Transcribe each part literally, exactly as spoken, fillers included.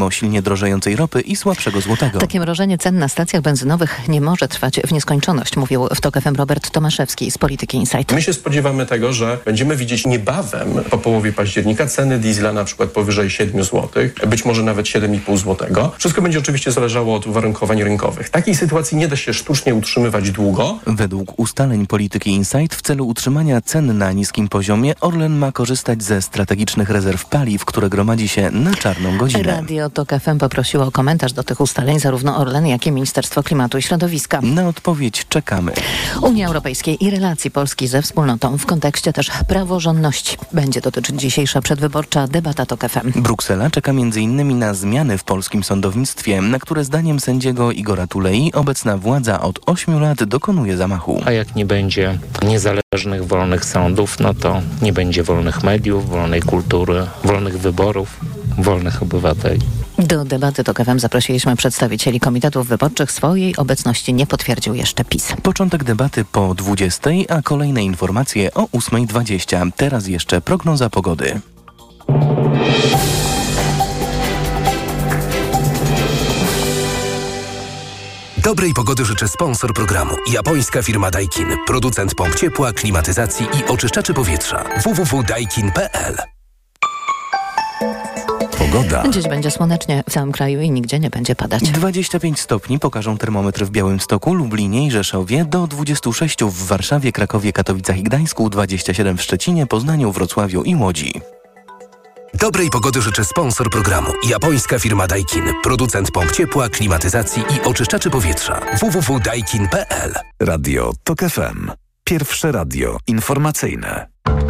mimo silnie drożejącej ropy i słabszego złotego. Takie mrożenie cen na stacjach benzynowych nie może trwać w nieskończoność, mówił w TOK F M Robert Tomaszewski z Polityki Insight. My się spodziewamy tego, że będziemy widzieć niebawem po połowie października ceny diesla na przykład powyżej siedem złotych, być może nawet siedem i pół złotego. Wszystko będzie oczywiście zależało od uwarunkowań rynkowych. Takiej sytuacji nie da się sztucznie utrzymywać długo. Według ustaleń Polityki Insight w celu utrzymania cen na niskim poziomie Orlen ma korzystać ze strategicznych rezerw paliw, które gromadzi się na czarną godzinę. Radio TOK F M poprosiło o komentarz do tych ustaleń zarówno Orlen, jak i Ministerstwo Klimatu i Środowiska. Na odpowiedź czekamy. Unii Europejskiej i relacji Polski ze wspólnotą w kontekście też praworządności będzie dotyczyć dzisiejsza przedwyborcza debata TOK F M. Bruksela czeka między innymi na zmiany w polskim sądownictwie, na które zdaniem sędziego Igora Tulei obecna władza od ośmiu lat dokonuje zamachu. A jak nie będzie niezależnych, wolnych sądów, no to nie będzie wolnych mediów, wolnej kultury, wolnych wyborów, wolnych obywateli. Do debaty TOK F M zaprosiliśmy przedstawicieli komitetów wyborczych. Swojej obecności nie potwierdził jeszcze PiS. Początek debaty po dwudziestej, a kolejne informacje o ósmej dwadzieścia. Teraz jeszcze prognoza pogody. Dobrej pogody życzy sponsor programu. Japońska firma Daikin. Producent pomp ciepła, klimatyzacji i oczyszczaczy powietrza. w w w kropka daikin kropka p l. Pogoda. Dziś będzie słonecznie w całym kraju i nigdzie nie będzie padać. dwadzieścia pięć stopni pokażą termometry w Białymstoku, Lublinie i Rzeszowie, do dwudziestu sześciu w Warszawie, Krakowie, Katowicach i Gdańsku, dwadzieścia siedem w Szczecinie, Poznaniu, Wrocławiu i Łodzi. Dobrej pogody życzy sponsor programu. Japońska firma Daikin. Producent pomp ciepła, klimatyzacji i oczyszczaczy powietrza. w w w kropka daikin kropka p l. Radio TOK F M. Pierwsze radio informacyjne.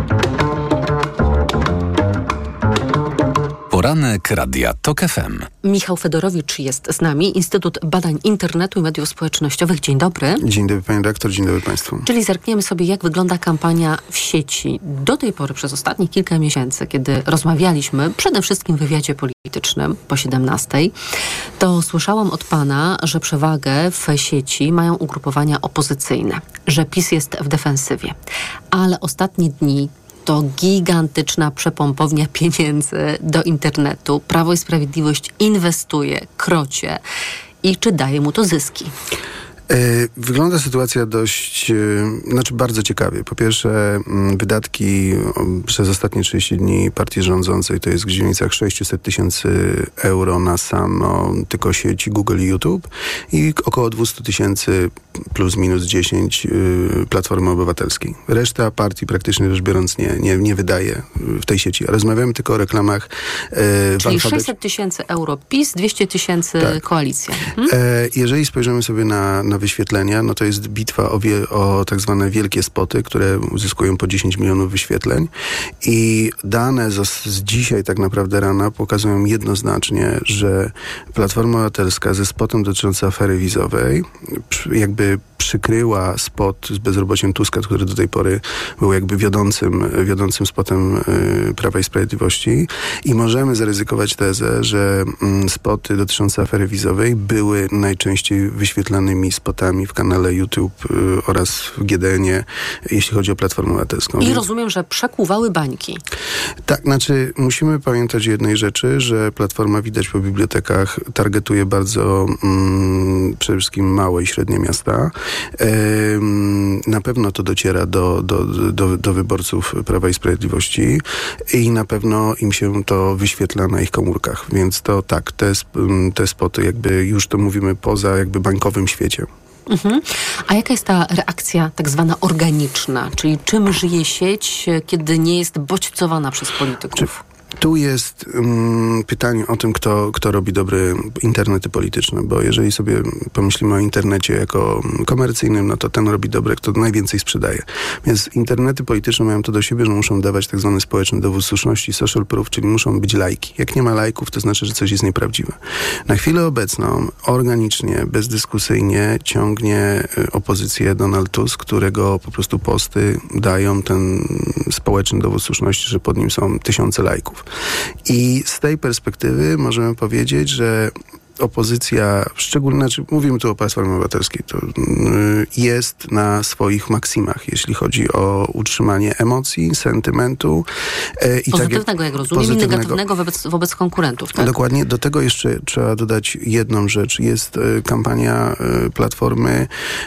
Poranek Radia TOK F M. Michał Fedorowicz jest z nami, Instytut Badań Internetu i Mediów Społecznościowych. Dzień dobry. Dzień dobry pani redaktor, dzień dobry państwu. Czyli zerkniemy sobie, jak wygląda kampania w sieci. Do tej pory, przez ostatnich kilka miesięcy, kiedy rozmawialiśmy przede wszystkim w wywiadzie politycznym po siedemnastej, to słyszałam od pana, że przewagę w sieci mają ugrupowania opozycyjne, że PiS jest w defensywie. Ale ostatnie dni to gigantyczna przepompownia pieniędzy do internetu. Prawo i Sprawiedliwość inwestuje, krocie. I czy daje mu to zyski? Wygląda sytuacja dość, znaczy bardzo ciekawie. Po pierwsze, wydatki przez ostatnie trzydzieści dni partii rządzącej to jest w granicach sześćset tysięcy euro na samo tylko sieci Google i YouTube i około dwieście tysięcy plus minus dziesięć Platformy Obywatelskiej. Reszta partii praktycznie rzecz biorąc nie, nie, nie wydaje w tej sieci. Rozmawiamy tylko o reklamach. Czyli sześćset tysięcy euro PiS, dwieście tysięcy tak. Koalicja. Hmm? Jeżeli spojrzymy sobie na, na wyświetlenia, no to jest bitwa o, wie, o tak zwane wielkie spoty, które uzyskują po dziesięć milionów wyświetleń i dane z, z dzisiaj tak naprawdę rana pokazują jednoznacznie, że Platforma Obywatelska ze spotem dotyczącym afery wizowej jakby przykryła spot z bezrobociem Tuska, który do tej pory był jakby wiodącym, wiodącym spotem y, Prawa i Sprawiedliwości i możemy zaryzykować tezę, że y, spoty dotyczące afery wizowej były najczęściej wyświetlanymi spotami w kanale YouTube y, oraz w G D N-ie, jeśli chodzi o Platformę Obywatelską. I rozumiem, że przekuwały bańki. Tak, znaczy musimy pamiętać o jednej rzeczy, że Platforma widać po bibliotekach targetuje bardzo mm, przede wszystkim małe i średnie miasta. Na pewno to dociera do, do, do, do wyborców Prawa i Sprawiedliwości i na pewno im się to wyświetla na ich komórkach. Więc to tak, te, te spoty jakby już to mówimy poza jakby bańkowym świecie. Mhm. A jaka jest ta reakcja tak zwana organiczna? Czyli czym żyje sieć, kiedy nie jest bodźcowana przez polityków? Tu jest um, pytanie o tym, kto, kto robi dobre internety polityczne, bo jeżeli sobie pomyślimy o internecie jako komercyjnym, no to ten robi dobre, kto najwięcej sprzedaje. Więc internety polityczne mają to do siebie, że muszą dawać tak zwany społeczny dowód słuszności, social proof, czyli muszą być lajki. Jak nie ma lajków, to znaczy, że coś jest nieprawdziwe. Na chwilę obecną organicznie, bezdyskusyjnie ciągnie opozycję Donald Tusk, którego po prostu posty dają ten społeczny dowód słuszności, że pod nim są tysiące lajków. I z tej perspektywy możemy powiedzieć, że opozycja, szczególnie, znaczy mówimy tu o Platformie Obywatelskiej, to jest na swoich maksimach, jeśli chodzi o utrzymanie emocji, sentymentu. I pozytywnego, tak jak, jak rozumiem, pozytywnego. I negatywnego wobec, wobec konkurentów, tak? Dokładnie. Do tego jeszcze trzeba dodać jedną rzecz. Jest kampania Platformy,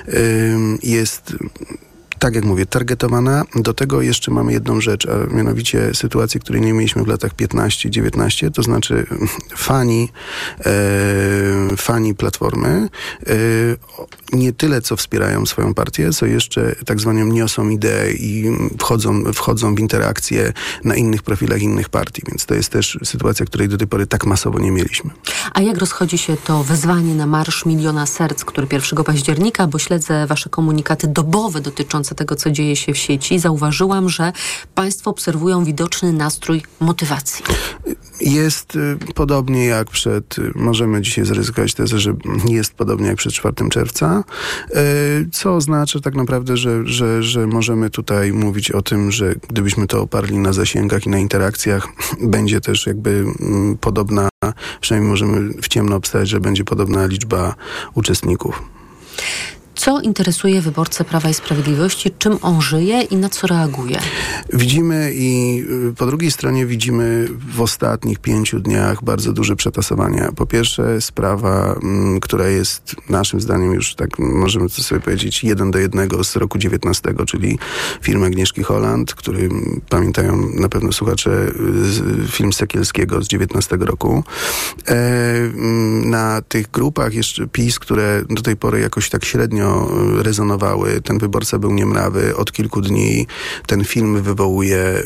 jest... tak jak mówię, targetowana. Do tego jeszcze mamy jedną rzecz, a mianowicie sytuację, której nie mieliśmy w latach piętnaście dziewiętnaście, to znaczy fani, e, fani Platformy e, nie tyle, co wspierają swoją partię, co jeszcze tak zwaną niosą ideę i wchodzą, wchodzą w interakcje na innych profilach innych partii, więc to jest też sytuacja, której do tej pory tak masowo nie mieliśmy. A jak rozchodzi się to wezwanie na Marsz Miliona Serc, który pierwszego października, bo śledzę wasze komunikaty dobowe dotyczące tego, co dzieje się w sieci, zauważyłam, że państwo obserwują widoczny nastrój motywacji. Jest y, podobnie jak przed, y, możemy dzisiaj zaryzykować tezę, że jest podobnie jak przed czwartego czerwca, y, co oznacza tak naprawdę, że, że, że możemy tutaj mówić o tym, że gdybyśmy to oparli na zasięgach i na interakcjach, będzie też jakby y, podobna, przynajmniej możemy w ciemno obstawiać, że będzie podobna liczba uczestników. Co interesuje wyborcę Prawa i Sprawiedliwości, czym on żyje i na co reaguje? Widzimy i po drugiej stronie widzimy w ostatnich pięciu dniach bardzo duże przetasowania. Po pierwsze sprawa, m, która jest naszym zdaniem już tak możemy to sobie powiedzieć jeden do jednego z roku dziewiętnastego, czyli film Agnieszki Holland, który pamiętają na pewno słuchacze z, film Sekielskiego z dziewiętnastego roku. E, na tych grupach jeszcze PiS, które do tej pory jakoś tak średnio rezonowały. Ten wyborca był niemrawy. Od kilku dni ten film wywołuje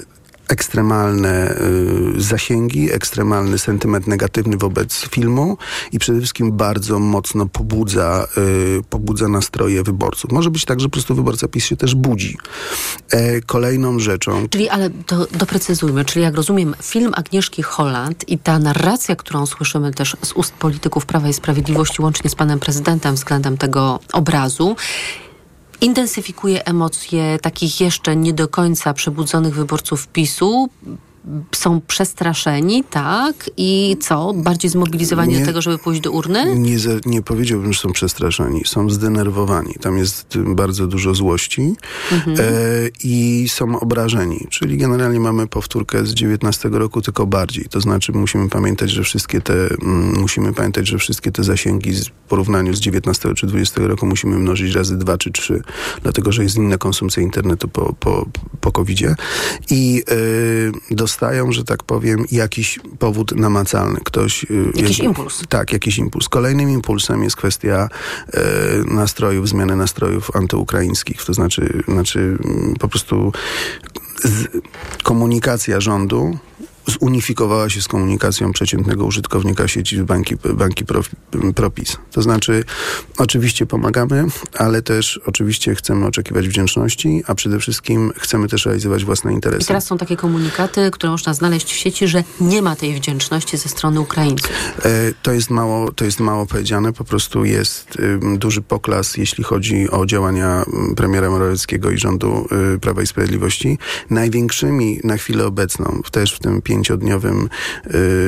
ekstremalne y, zasięgi, ekstremalny sentyment negatywny wobec filmu i przede wszystkim bardzo mocno pobudza, y, pobudza nastroje wyborców. Może być tak, że po prostu wyborca PiS się też budzi. E, kolejną rzeczą... Czyli, ale to doprecyzujmy, czyli jak rozumiem, film Agnieszki Holland i ta narracja, którą słyszymy też z ust polityków Prawa i Sprawiedliwości, łącznie z panem prezydentem względem tego obrazu, intensyfikuje emocje takich jeszcze nie do końca przebudzonych wyborców PiSu. Są przestraszeni, tak? I co? Bardziej zmobilizowani nie, do tego, żeby pójść do urny? Nie, nie powiedziałbym, że są przestraszeni. Są zdenerwowani. Tam jest bardzo dużo złości mhm. e, i są obrażeni. Czyli generalnie mamy powtórkę z dziewiętnastego roku, tylko bardziej. To znaczy musimy pamiętać, że wszystkie te mm, musimy pamiętać, że wszystkie te zasięgi w porównaniu z dziewiętnastego czy dwudziestego roku musimy mnożyć razy dwa czy trzy. Dlatego, że jest inna konsumpcja internetu po, po, po kowidzie. I e, do dostają, że tak powiem, jakiś powód namacalny. Ktoś... Jakiś jest, impuls. Tak, jakiś impuls. Kolejnym impulsem jest kwestia e, nastrojów, zmiany nastrojów antyukraińskich. To znaczy, znaczy po prostu z, komunikacja rządu zunifikowała się z komunikacją przeciętnego użytkownika sieci w banki, banki pro, ProPiS. To znaczy, oczywiście pomagamy, ale też oczywiście chcemy oczekiwać wdzięczności, a przede wszystkim chcemy też realizować własne interesy. I teraz są takie komunikaty, które można znaleźć w sieci, że nie ma tej wdzięczności ze strony Ukraińców. E, to jest mało, to jest mało powiedziane. Po prostu jest y, duży poklas, jeśli chodzi o działania premiera Morawieckiego i rządu y, Prawa i Sprawiedliwości. Największymi na chwilę obecną, też w tym pięciodniowym y,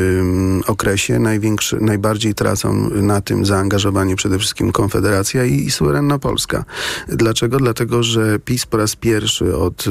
okresie największy, najbardziej tracą na tym zaangażowanie przede wszystkim Konfederacja i, i suwerenna Polska. Dlaczego? Dlatego, że PiS po raz pierwszy od y,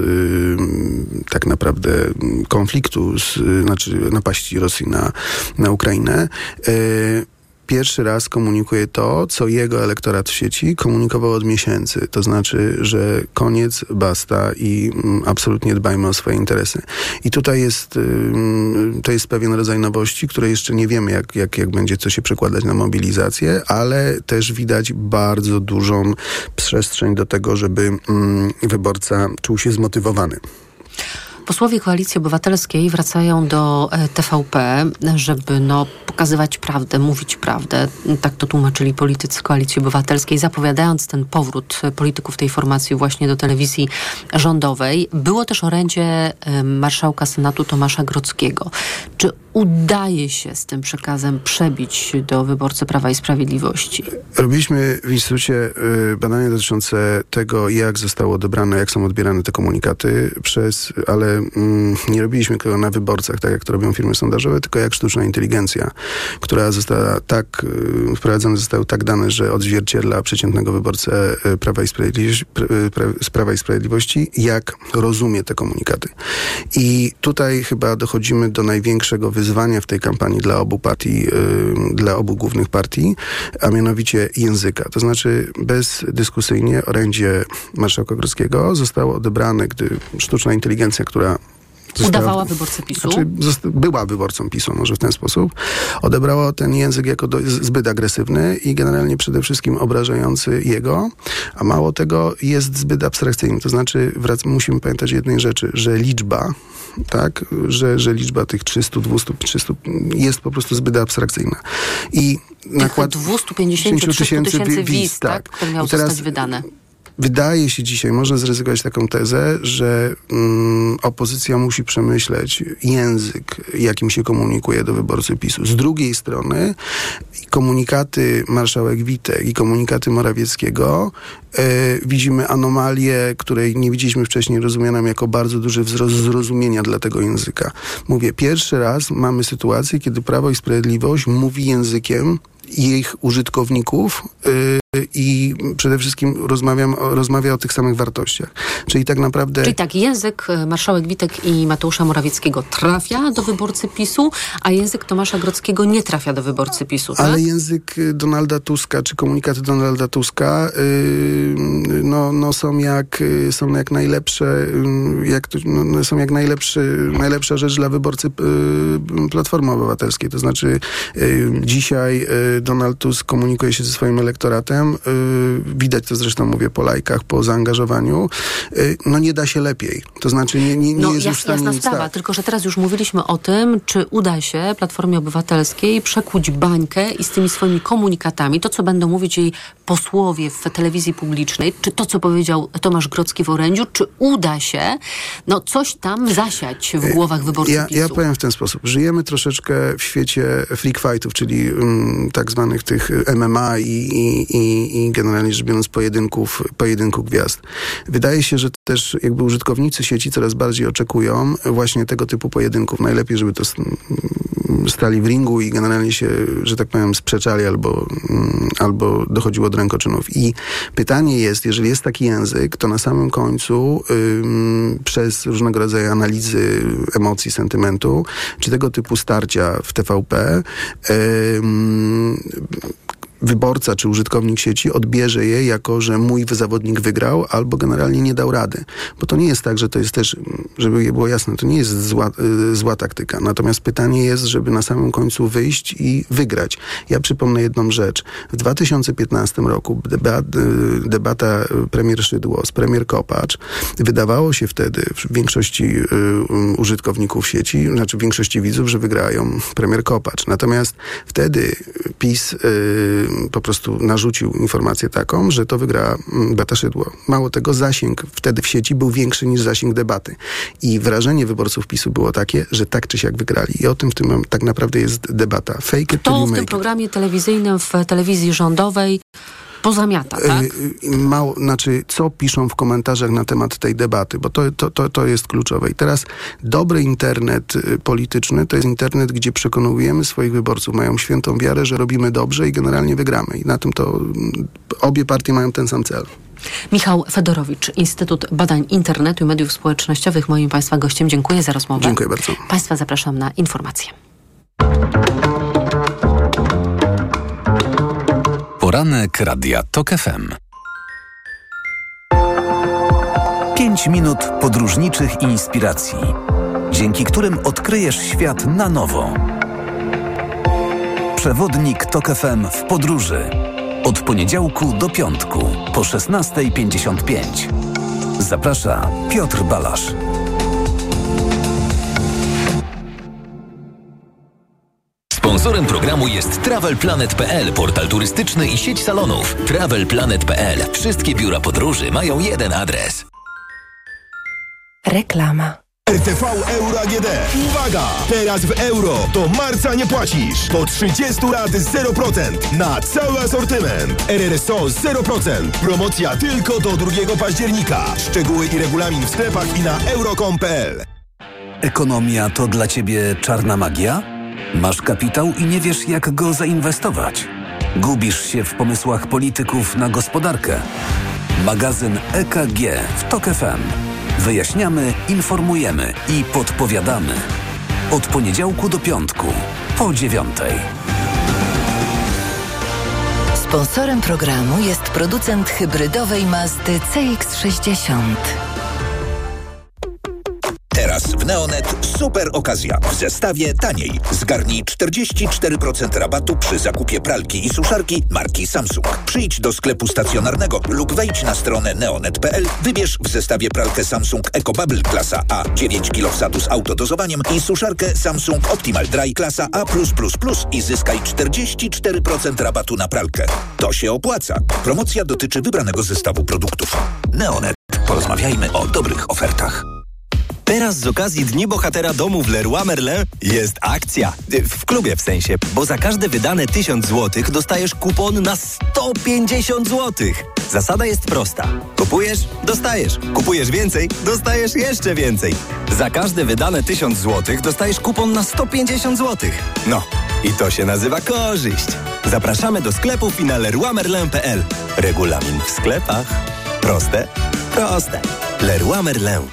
tak naprawdę konfliktu, z, znaczy napaści Rosji na, na Ukrainę, y, pierwszy raz komunikuje to, co jego elektorat w sieci komunikował od miesięcy. To znaczy, że koniec, basta i mm, absolutnie dbajmy o swoje interesy. I tutaj jest, y, to jest pewien rodzaj nowości, które jeszcze nie wiemy, jak, jak, jak będzie to się przekładać na mobilizację, ale też widać bardzo dużą przestrzeń do tego, żeby mm, wyborca czuł się zmotywowany. Posłowie Koalicji Obywatelskiej wracają do T V P, żeby no, pokazywać prawdę, mówić prawdę. Tak to tłumaczyli politycy Koalicji Obywatelskiej, zapowiadając ten powrót polityków tej formacji właśnie do telewizji rządowej. Było też orędzie marszałka Senatu Tomasza Grodzkiego. Czy udaje się z tym przekazem przebić do wyborcy Prawa i Sprawiedliwości? Robiliśmy w Instytucie y, badania dotyczące tego, jak zostało odebrane, jak są odbierane te komunikaty przez, ale mm, nie robiliśmy tego na wyborcach, tak jak to robią firmy sondażowe, tylko jak sztuczna inteligencja która została tak, y, wprowadzone zostały tak dane, że odzwierciedla przeciętnego wyborcę y, Prawa i Sprawiedliwości, pr, pra, z Prawa i Sprawiedliwości, jak rozumie te komunikaty. I tutaj chyba dochodzimy do największego wyzwania w tej kampanii dla obu partii, y, dla obu głównych partii, a mianowicie języka. To znaczy bezdyskusyjnie orędzie marszałka Grodzkiego zostało odebrane, gdy sztuczna inteligencja, która Została, udawała wyborcę PiSu? Znaczy, zosta- była wyborcą PiSu, może w ten sposób. Odebrała ten język jako do, zbyt agresywny i generalnie przede wszystkim obrażający jego, a mało tego jest zbyt abstrakcyjny. To znaczy, wrac- musimy pamiętać jednej rzeczy, że liczba, tak, że, że liczba tych trzysta, dwieście, trzysta jest po prostu zbyt abstrakcyjna. I nakład dwieście pięćdziesiąt do trzystu tysięcy wiz, tak, które miało zostać wydane. Wydaje się dzisiaj, można zaryzykować taką tezę, że mm, opozycja musi przemyśleć język, jakim się komunikuje do wyborcy PiSu. Z drugiej strony komunikaty marszałek Witek i komunikaty Morawieckiego e, widzimy anomalię, której nie widzieliśmy wcześniej, rozumianą jako bardzo duży wzrost zrozumienia dla tego języka. Mówię, pierwszy raz mamy sytuację, kiedy Prawo i Sprawiedliwość mówi językiem ich użytkowników yy, i przede wszystkim rozmawiam, rozmawia o tych samych wartościach. Czyli tak naprawdę... Czyli tak, język marszałek Witek i Mateusza Morawieckiego trafia do wyborcy PiSu, a język Tomasza Grodzkiego nie trafia do wyborcy PiSu, tak? Ale język Donalda Tuska, czy komunikaty Donalda Tuska yy, no, no są jak są jak najlepsze yy, jak to, no, są jak najlepszy, najlepsza rzecz dla wyborcy yy, Platformy Obywatelskiej. To znaczy yy, dzisiaj yy, Donald Tusk komunikuje się ze swoim elektoratem. Yy, widać to zresztą, mówię, po lajkach, po zaangażowaniu. Yy, no nie da się lepiej. To znaczy nie, nie, nie no, jest jas, już w stanie jasna nic sprawa, tak. Tylko że teraz już mówiliśmy o tym, czy uda się Platformie Obywatelskiej przekuć bańkę i z tymi swoimi komunikatami, to co będą mówić jej posłowie w telewizji publicznej, czy to co powiedział Tomasz Grodzki w orędziu, czy uda się no coś tam zasiać w głowach wyborców ja, PiSu? Ja powiem w ten sposób. Żyjemy troszeczkę w świecie freak fightów, czyli um, tak zwanych tych M M A i, i, i, i generalnie rzecz biorąc pojedynków, pojedynku gwiazd. Wydaje się, że też jakby użytkownicy sieci coraz bardziej oczekują właśnie tego typu pojedynków. Najlepiej, żeby to stali w ringu i generalnie się, że tak powiem, sprzeczali albo, albo dochodziło do rękoczynów. I pytanie jest, jeżeli jest taki język, to na samym końcu ym, przez różnego rodzaju analizy emocji, sentymentu, czy tego typu starcia w T V P ym, wyborca czy użytkownik sieci odbierze je jako, że mój zawodnik wygrał albo generalnie nie dał rady. Bo to nie jest tak, że to jest też, żeby było jasne, to nie jest zła, y, zła taktyka. Natomiast pytanie jest, żeby na samym końcu wyjść i wygrać. Ja przypomnę jedną rzecz. W dwa tysiące piętnastym roku deba, y, debata premier Szydło z premier Kopacz, wydawało się wtedy w większości y, y, użytkowników sieci, znaczy w większości widzów, że wygrają premier Kopacz. Natomiast wtedy PiS y, po prostu narzucił informację taką, że to wygra Beata Szydło. Mało tego, zasięg wtedy w sieci był większy niż zasięg debaty. I wrażenie wyborców PiSu było takie, że tak czy siak wygrali. I o tym w tym tak naprawdę jest debata. Fake it till To you w make tym it. programie telewizyjnym, w telewizji rządowej pozamiata, tak? Yy, mało, znaczy, co piszą w komentarzach na temat tej debaty, bo to, to, to, to jest kluczowe. I teraz dobry internet polityczny to jest internet, gdzie przekonujemy swoich wyborców, mają świętą wiarę, że robimy dobrze i generalnie wygramy. I na tym to obie partie mają ten sam cel. Michał Fedorowicz, Instytut Badań Internetu i Mediów Społecznościowych, moim Państwa gościem. Dziękuję za rozmowę. Dziękuję bardzo. Państwa zapraszam na informacje. Poranek Radia Tok F M. Pięć minut podróżniczych inspiracji, dzięki którym odkryjesz świat na nowo. Przewodnik Tok F M w podróży. Od poniedziałku do piątku po szesnasta pięćdziesiąt pięć. Zaprasza Piotr Balasz. Sponsorem programu jest Travel Planet kropka p l, portal turystyczny i sieć salonów. Travel Planet kropka p l. Wszystkie biura podróży mają jeden adres. Reklama. R T V Euro A G D. Uwaga! Teraz w euro do marca nie płacisz. Do trzydziestu lat zero procent na cały asortyment. R R S O zero procent. Promocja tylko do drugiego października. Szczegóły i regulamin w sklepach i na euro kropka com kropka p l. Ekonomia to dla Ciebie czarna magia? Masz kapitał i nie wiesz, jak go zainwestować? Gubisz się w pomysłach polityków na gospodarkę? Magazyn E K G w TOK F M. Wyjaśniamy, informujemy i podpowiadamy. Od poniedziałku do piątku, po dziewiątej. Sponsorem programu jest producent hybrydowej Mazdy C X sześćdziesiąt. Teraz w Neonet super okazja. W zestawie taniej. Zgarnij czterdzieści cztery procent rabatu przy zakupie pralki i suszarki marki Samsung. Przyjdź do sklepu stacjonarnego lub wejdź na stronę neonet kropka p l. Wybierz w zestawie pralkę Samsung EcoBubble klasa A dziewięć kilogramów wsadu z autodozowaniem i suszarkę Samsung Optimal Dry klasa A plus plus plus i zyskaj czterdzieści cztery procent rabatu na pralkę. To się opłaca. Promocja dotyczy wybranego zestawu produktów. Neonet. Porozmawiajmy o dobrych ofertach. Teraz z okazji Dni Bohatera domu w Leroy Merlin jest akcja. W klubie w sensie, bo za każde wydane tysiąc złotych dostajesz kupon na sto pięćdziesiąt złotych. Zasada jest prosta. Kupujesz, dostajesz. Kupujesz więcej, dostajesz jeszcze więcej. Za każde wydane tysiąc złotych dostajesz kupon na sto pięćdziesiąt złotych. No, i to się nazywa korzyść. Zapraszamy do sklepów i na leroy merlin kropka p l. Regulamin w sklepach. Proste? Proste. Leroy Merlin.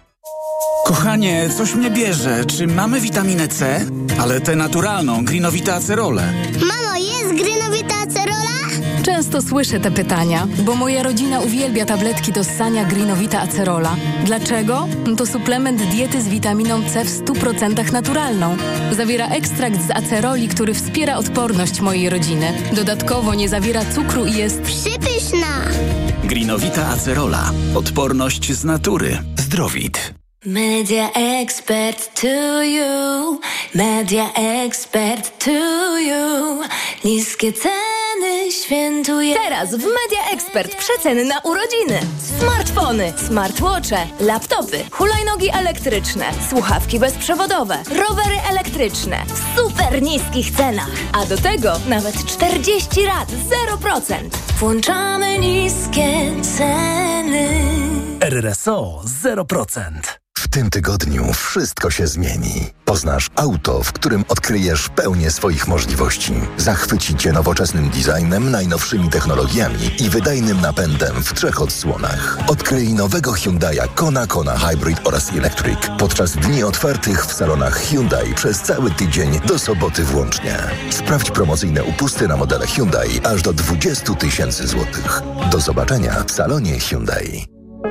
Kochanie, coś mnie bierze. Czy mamy witaminę C? Ale tę naturalną, Greenowita Acerolę. Mamo, jest Greenowita Acerola? Często słyszę te pytania, bo moja rodzina uwielbia tabletki do ssania Greenowita Acerola. Dlaczego? To suplement diety z witaminą C w stu procentach naturalną. Zawiera ekstrakt z aceroli, który wspiera odporność mojej rodziny. Dodatkowo nie zawiera cukru i jest przypyszna. Greenowita Acerola. Odporność z natury. Zdrowit. Media Expert to you, Media Expert to you. Niskie ceny świętuje. Teraz w Media Expert przeceny na urodziny. Smartfony, smartwatche, laptopy, hulajnogi elektryczne, słuchawki bezprzewodowe, rowery elektryczne w super niskich cenach. A do tego nawet czterdzieści lat, zero procent. Włączamy niskie ceny. R R S O zero procent. W tym tygodniu wszystko się zmieni. Poznasz auto, w którym odkryjesz pełnię swoich możliwości. Zachwyci Cię nowoczesnym designem, najnowszymi technologiami i wydajnym napędem w trzech odsłonach. Odkryj nowego Hyundai'a Kona, Kona Hybrid oraz Electric podczas dni otwartych w salonach Hyundai przez cały tydzień do soboty włącznie. Sprawdź promocyjne upusty na modele Hyundai aż do dwadzieścia tysięcy złotych. Do zobaczenia w salonie Hyundai.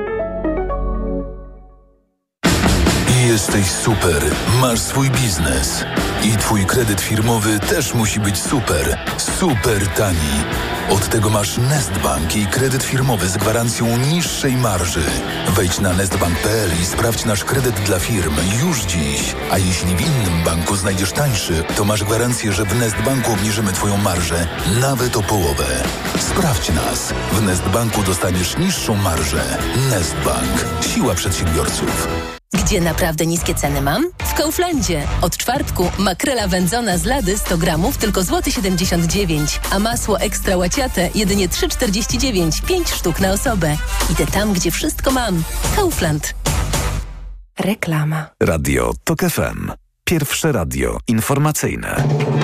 Jesteś super, masz swój biznes i twój kredyt firmowy też musi być super, super tani. Od tego masz Nestbank i kredyt firmowy z gwarancją niższej marży. Wejdź na nestbank kropka p l i sprawdź nasz kredyt dla firm już dziś. A jeśli w innym banku znajdziesz tańszy, to masz gwarancję, że w Nestbanku obniżymy twoją marżę nawet o połowę. Sprawdź nas. W Nestbanku dostaniesz niższą marżę. Nestbank. Siła przedsiębiorców. Gdzie naprawdę niskie ceny mam? W Kauflandzie. Od czwartku makrela wędzona z lady sto gramów tylko złoty siedemdziesiąt dziewięć, a masło ekstra łaciate jedynie trzy czterdzieści dziewięć, pięć sztuk na osobę. Idę tam, gdzie wszystko mam. Kaufland. Reklama. Radio TOK F M. Pierwsze radio informacyjne.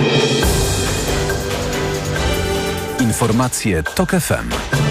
Informacje TOK F M.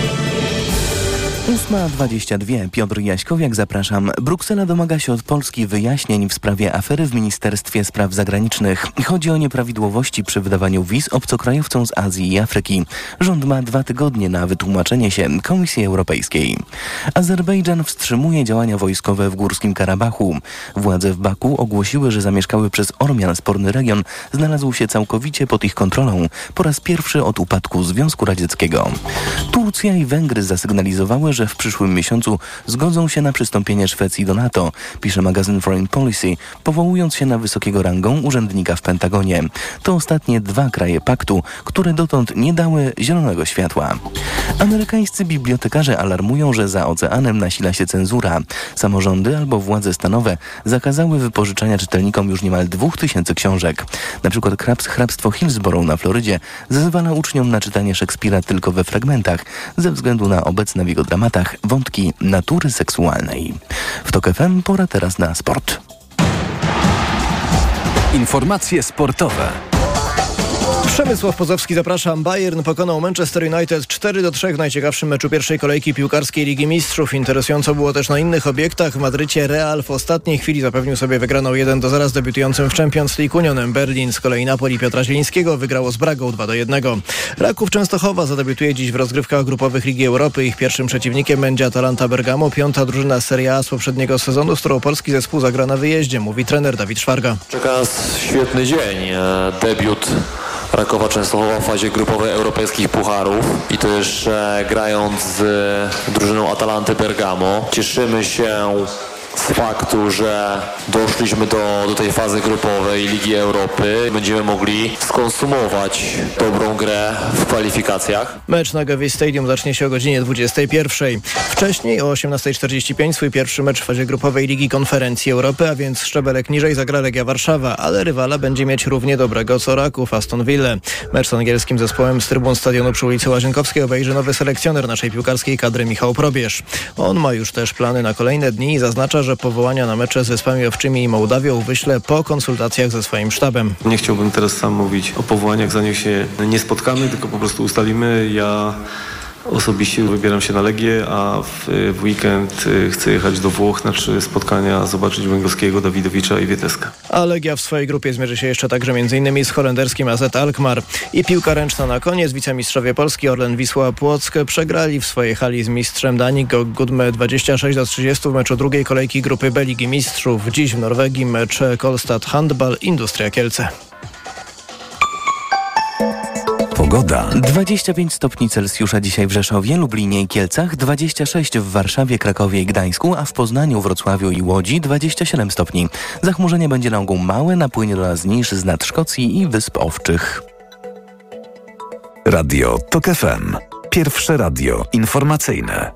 ósma dwadzieścia dwa. Piotr Jaśkowiak, zapraszam. Bruksela domaga się od Polski wyjaśnień w sprawie afery w Ministerstwie Spraw Zagranicznych. Chodzi o nieprawidłowości przy wydawaniu wiz obcokrajowcom z Azji i Afryki. Rząd ma dwa tygodnie na wytłumaczenie się Komisji Europejskiej. Azerbejdżan wstrzymuje działania wojskowe w Górskim Karabachu. Władze w Baku ogłosiły, że zamieszkały przez Ormian sporny region znalazł się całkowicie pod ich kontrolą po raz pierwszy od upadku Związku Radzieckiego. Turcja i Węgry zasygnalizowały, że w przyszłym miesiącu zgodzą się na przystąpienie Szwecji do NATO, pisze magazyn Foreign Policy, powołując się na wysokiego rangą urzędnika w Pentagonie. To ostatnie dwa kraje paktu, które dotąd nie dały zielonego światła. Amerykańscy bibliotekarze alarmują, że za oceanem nasila się cenzura. Samorządy albo władze stanowe zakazały wypożyczania czytelnikom już niemal dwóch tysięcy książek. Na przykład hrabs, hrabstwo Hillsborough na Florydzie zezwala uczniom na czytanie Szekspira tylko we fragmentach, ze względu na obecne w jego dramatach wątki natury seksualnej. W TOK F M pora teraz na sport. Informacje sportowe. Przemysław Pozowski, zapraszam. Bayern pokonał Manchester United cztery do trzech w najciekawszym meczu pierwszej kolejki piłkarskiej Ligi Mistrzów. Interesująco było też na innych obiektach. W Madrycie Real w ostatniej chwili zapewnił sobie wygraną jeden do zera z debiutującym w Champions League Unionem Berlin. Z kolei Napoli Piotra Zielińskiego wygrało z Bragą dwa do jednego. Raków Częstochowa zadebiutuje dziś w rozgrywkach grupowych Ligi Europy. Ich pierwszym przeciwnikiem będzie Atalanta Bergamo, piąta drużyna Serie A z poprzedniego sezonu, z którą polski zespół zagra na wyjeździe, mówi trener Dawid Szwarga. Czeka nas świetny dzień. Debiut Rakowa Częstochowa w fazie grupowej europejskich pucharów i to jeszcze grając z drużyną Atalanty Bergamo. Cieszymy się z faktu, że doszliśmy do, do tej fazy grupowej Ligi Europy. Będziemy mogli skonsumować dobrą grę w kwalifikacjach. Mecz na Gewiss Stadium zacznie się o godzinie dwudziestej pierwszej. Wcześniej o osiemnastej czterdzieści pięć swój pierwszy mecz w fazie grupowej Ligi Konferencji Europy, a więc szczebelek niżej zagra Legia Warszawa, ale rywala będzie mieć równie dobrego co Raków, Aston Villa. Mecz z angielskim zespołem z trybun stadionu przy ulicy Łazienkowskiej obejrzy nowy selekcjoner naszej piłkarskiej kadry Michał Probierz. On ma już też plany na kolejne dni i zaznacza, że powołania na mecze z Wyspami Owczymi i Mołdawią wyśle po konsultacjach ze swoim sztabem. Nie chciałbym teraz sam mówić o powołaniach, zanim się nie spotkamy, tylko po prostu ustalimy. Ja osobiście wybieram się na Legię, a w, w weekend chcę jechać do Włoch na trzy spotkania, zobaczyć Łęgowskiego, Dawidowicza i Wieteska. A Legia w swojej grupie zmierzy się jeszcze także m.in. z holenderskim A Z Alkmaar. I piłka ręczna na koniec. Wicemistrzowie Polski Orlen Wisła Płock przegrali w swojej hali z mistrzem Danii Gudme dwadzieścia sześć do trzydziestu w meczu drugiej kolejki grupy B Ligi Mistrzów. Dziś w Norwegii mecz Kolstad Handball Industria Kielce. Pogoda. dwadzieścia pięć stopni Celsjusza dzisiaj w Rzeszowie, Lublinie i Kielcach, dwadzieścia sześć w Warszawie, Krakowie i Gdańsku, a w Poznaniu, Wrocławiu i Łodzi dwadzieścia siedem stopni. Zachmurzenie będzie na ogół małe, napłynie do nas niż z nad Szkocji i Wysp Owczych. Radio TOK F M. Pierwsze radio informacyjne.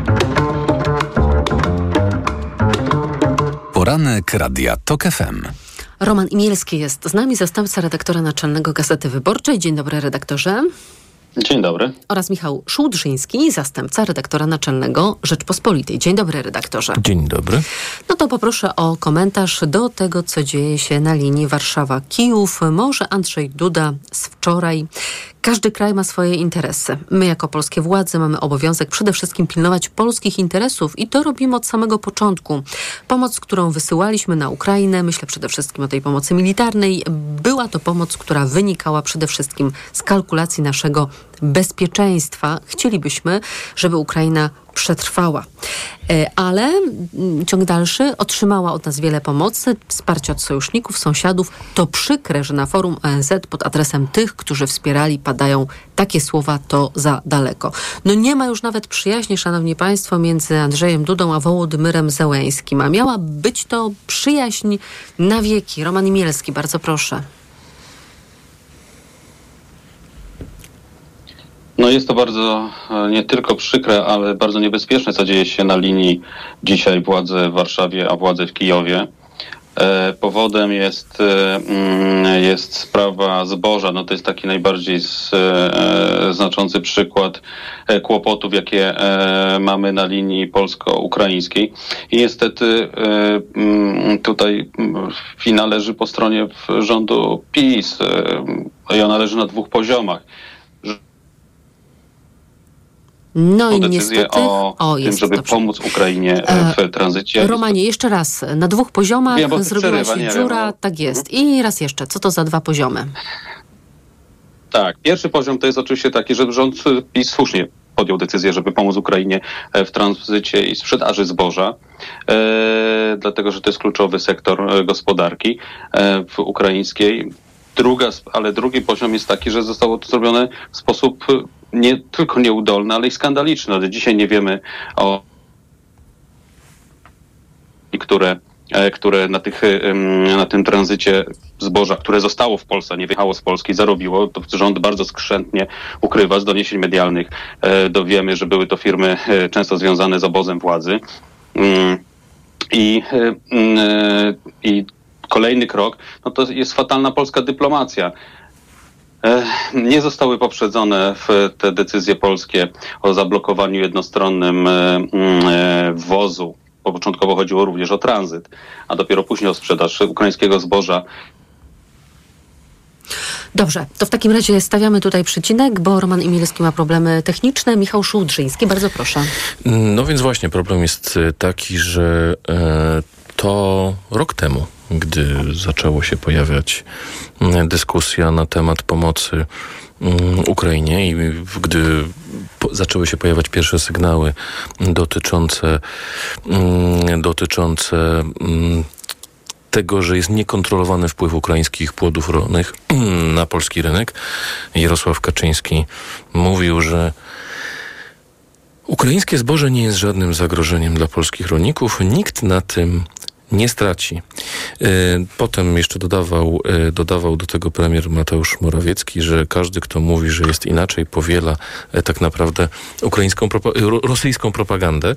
Poranek Radia TOK F M. Roman Imielski jest z nami, zastępca redaktora naczelnego Gazety Wyborczej. Dzień dobry, redaktorze. Dzień dobry. Oraz Michał Szułdrzyński, zastępca redaktora naczelnego Rzeczpospolitej. Dzień dobry, redaktorze. Dzień dobry. No to poproszę o komentarz do tego, co dzieje się na linii Warszawa-Kijów. Może Andrzej Duda z wczoraj. Każdy kraj ma swoje interesy. My jako polskie władze mamy obowiązek przede wszystkim pilnować polskich interesów i to robimy od samego początku. Pomoc, którą wysyłaliśmy na Ukrainę, myślę przede wszystkim o tej pomocy militarnej, była to pomoc, która wynikała przede wszystkim z kalkulacji naszego bezpieczeństwa. Chcielibyśmy, żeby Ukraina przetrwała. Ale ciąg dalszy, otrzymała od nas wiele pomocy, wsparcie od sojuszników, sąsiadów. To przykre, że na forum O N Z pod adresem tych, którzy wspierali, padają takie słowa, to za daleko. No nie ma już nawet przyjaźni, szanowni państwo, między Andrzejem Dudą a Wołodymyrem Zełeńskim. A miała być to przyjaźń na wieki. Roman Imielski, bardzo proszę. No jest to bardzo nie tylko przykre, ale bardzo niebezpieczne, co dzieje się na linii dzisiaj władze w Warszawie, a władze w Kijowie. E, powodem jest, e, jest sprawa zboża. No to jest taki najbardziej z, e, znaczący przykład e, kłopotów, jakie e, mamy na linii polsko-ukraińskiej. I niestety e, tutaj wina leży po stronie rządu PiS. E, i ona leży na dwóch poziomach. No i decyzję niestety o, o tym, żeby dobrze. pomóc Ukrainie w tranzycie. Romanie, jeszcze raz, na dwóch poziomach wiem, zrobiła przerywa, się nie dziura, wiem, bo... tak jest. I raz jeszcze, co to za dwa poziomy? Tak, pierwszy poziom to jest oczywiście taki, że rząd PiS słusznie podjął decyzję, żeby pomóc Ukrainie w tranzycie i sprzedaży zboża, e, dlatego, że to jest kluczowy sektor gospodarki e, w ukraińskiej. Druga, ale drugi poziom jest taki, że zostało to zrobione w sposób nie tylko nieudolny, ale i skandaliczny. Ale dzisiaj nie wiemy o które, które na, tych, na tym tranzycie zboża, które zostało w Polsce, nie wyjechało z Polski, zarobiło. To rząd bardzo skrzętnie ukrywa. Z doniesień medialnych dowiemy, że były to firmy często związane z obozem władzy. I, i kolejny krok, no to jest fatalna polska dyplomacja. Nie zostały poprzedzone w te decyzje polskie o zablokowaniu jednostronnym wwozu. Początkowo chodziło również o tranzyt, a dopiero później o sprzedaż ukraińskiego zboża Dobrze, to w takim razie stawiamy tutaj przycinek, bo Roman Imielski ma problemy techniczne. Michał Szułdrzyński, bardzo proszę. No więc właśnie problem jest taki, że e, to rok temu, gdy zaczęło się pojawiać dyskusja na temat pomocy Ukrainie i gdy po, zaczęły się pojawiać pierwsze sygnały dotyczące dotyczące tego, że jest niekontrolowany wpływ ukraińskich płodów rolnych na polski rynek, Jarosław Kaczyński mówił, że ukraińskie zboże nie jest żadnym zagrożeniem dla polskich rolników. Nikt na tym nie straci. Potem jeszcze dodawał, dodawał do tego premier Mateusz Morawiecki, że każdy, kto mówi, że jest inaczej, powiela tak naprawdę ukraińską, rosyjską propagandę.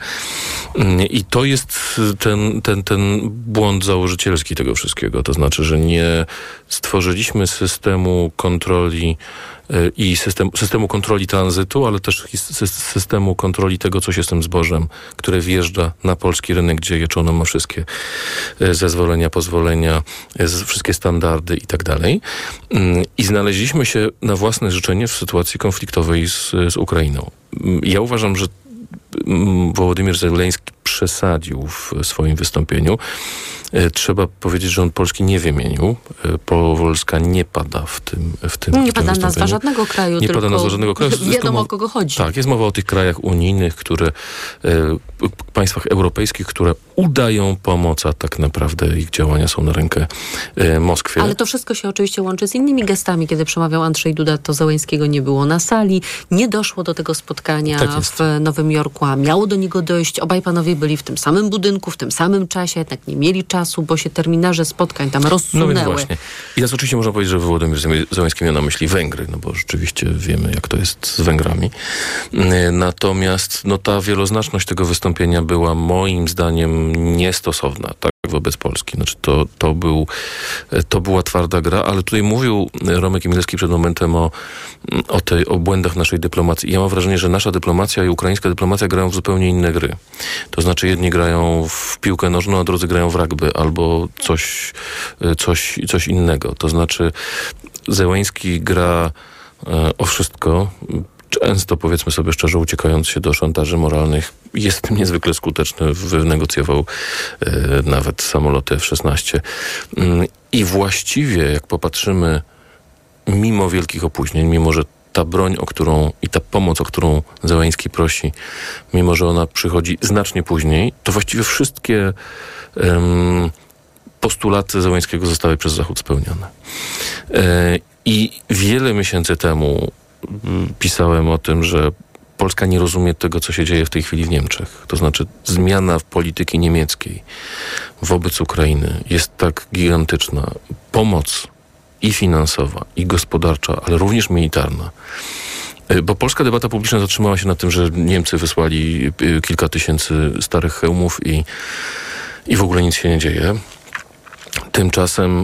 I to jest ten, ten, ten błąd założycielski tego wszystkiego. To znaczy, że nie stworzyliśmy systemu kontroli i system, systemu kontroli tranzytu, ale też systemu kontroli tego, co się z tym zbożem, które wjeżdża na polski rynek, gdzie Jeczono ma wszystkie zezwolenia, pozwolenia, wszystkie standardy i tak dalej. I znaleźliśmy się na własne życzenie w sytuacji konfliktowej z, z Ukrainą. Ja uważam, że Wołodymyr Zełenski przesadził w swoim wystąpieniu. Trzeba powiedzieć, że on Polski nie wymienił. Polska nie pada w tym w tym Nie w tym pada nazwa żadnego kraju, nie tylko pada nazwa żadnego kraju. wiadomo, o kogo chodzi. Tak, jest mowa o tych krajach unijnych, które, e, państwach europejskich, które udają pomoc, a tak naprawdę ich działania są na rękę e, Moskwie. Ale to wszystko się oczywiście łączy z innymi gestami. Kiedy przemawiał Andrzej Duda, to Zełenskiego nie było na sali. Nie doszło do tego spotkania tak w Nowym Jorku, a miało do niego dojść. Obaj panowie byli w tym samym budynku, w tym samym czasie, jednak nie mieli czasu, bo się terminarze spotkań tam rozsunęły. No więc właśnie. I teraz oczywiście można powiedzieć, że Wołodymyr Zełenski miał na myśli Węgry, no bo rzeczywiście wiemy, jak to jest z Węgrami. Natomiast no, ta wieloznaczność tego wystąpienia była moim zdaniem niestosowna, tak, wobec Polski. Znaczy to, to, był, to była twarda gra, ale tutaj mówił Romek Imielski przed momentem o, o, tej, o błędach naszej dyplomacji. I ja mam wrażenie, że nasza dyplomacja i ukraińska dyplomacja grają w zupełnie inne gry. To znaczy jedni grają w piłkę nożną, a drudzy grają w rugby albo coś, coś, coś innego. To znaczy Zełenski gra e, o wszystko, często, powiedzmy sobie szczerze, uciekając się do szantaży moralnych. Jest tym niezwykle skuteczny. Wynegocjował e, nawet samoloty F szesnaście. I właściwie, jak popatrzymy, mimo wielkich opóźnień, mimo że ta broń, o którą i ta pomoc, o którą Zełenski prosi, mimo że ona przychodzi znacznie później, to właściwie wszystkie um, postulaty Zełenskiego zostały przez Zachód spełnione. E, I wiele miesięcy temu pisałem o tym, że Polska nie rozumie tego, co się dzieje w tej chwili w Niemczech. To znaczy zmiana w polityki niemieckiej wobec Ukrainy jest tak gigantyczna. Pomoc i finansowa, i gospodarcza, ale również militarna. Bo polska debata publiczna zatrzymała się na tym, że Niemcy wysłali kilka tysięcy starych hełmów i, i w ogóle nic się nie dzieje. Tymczasem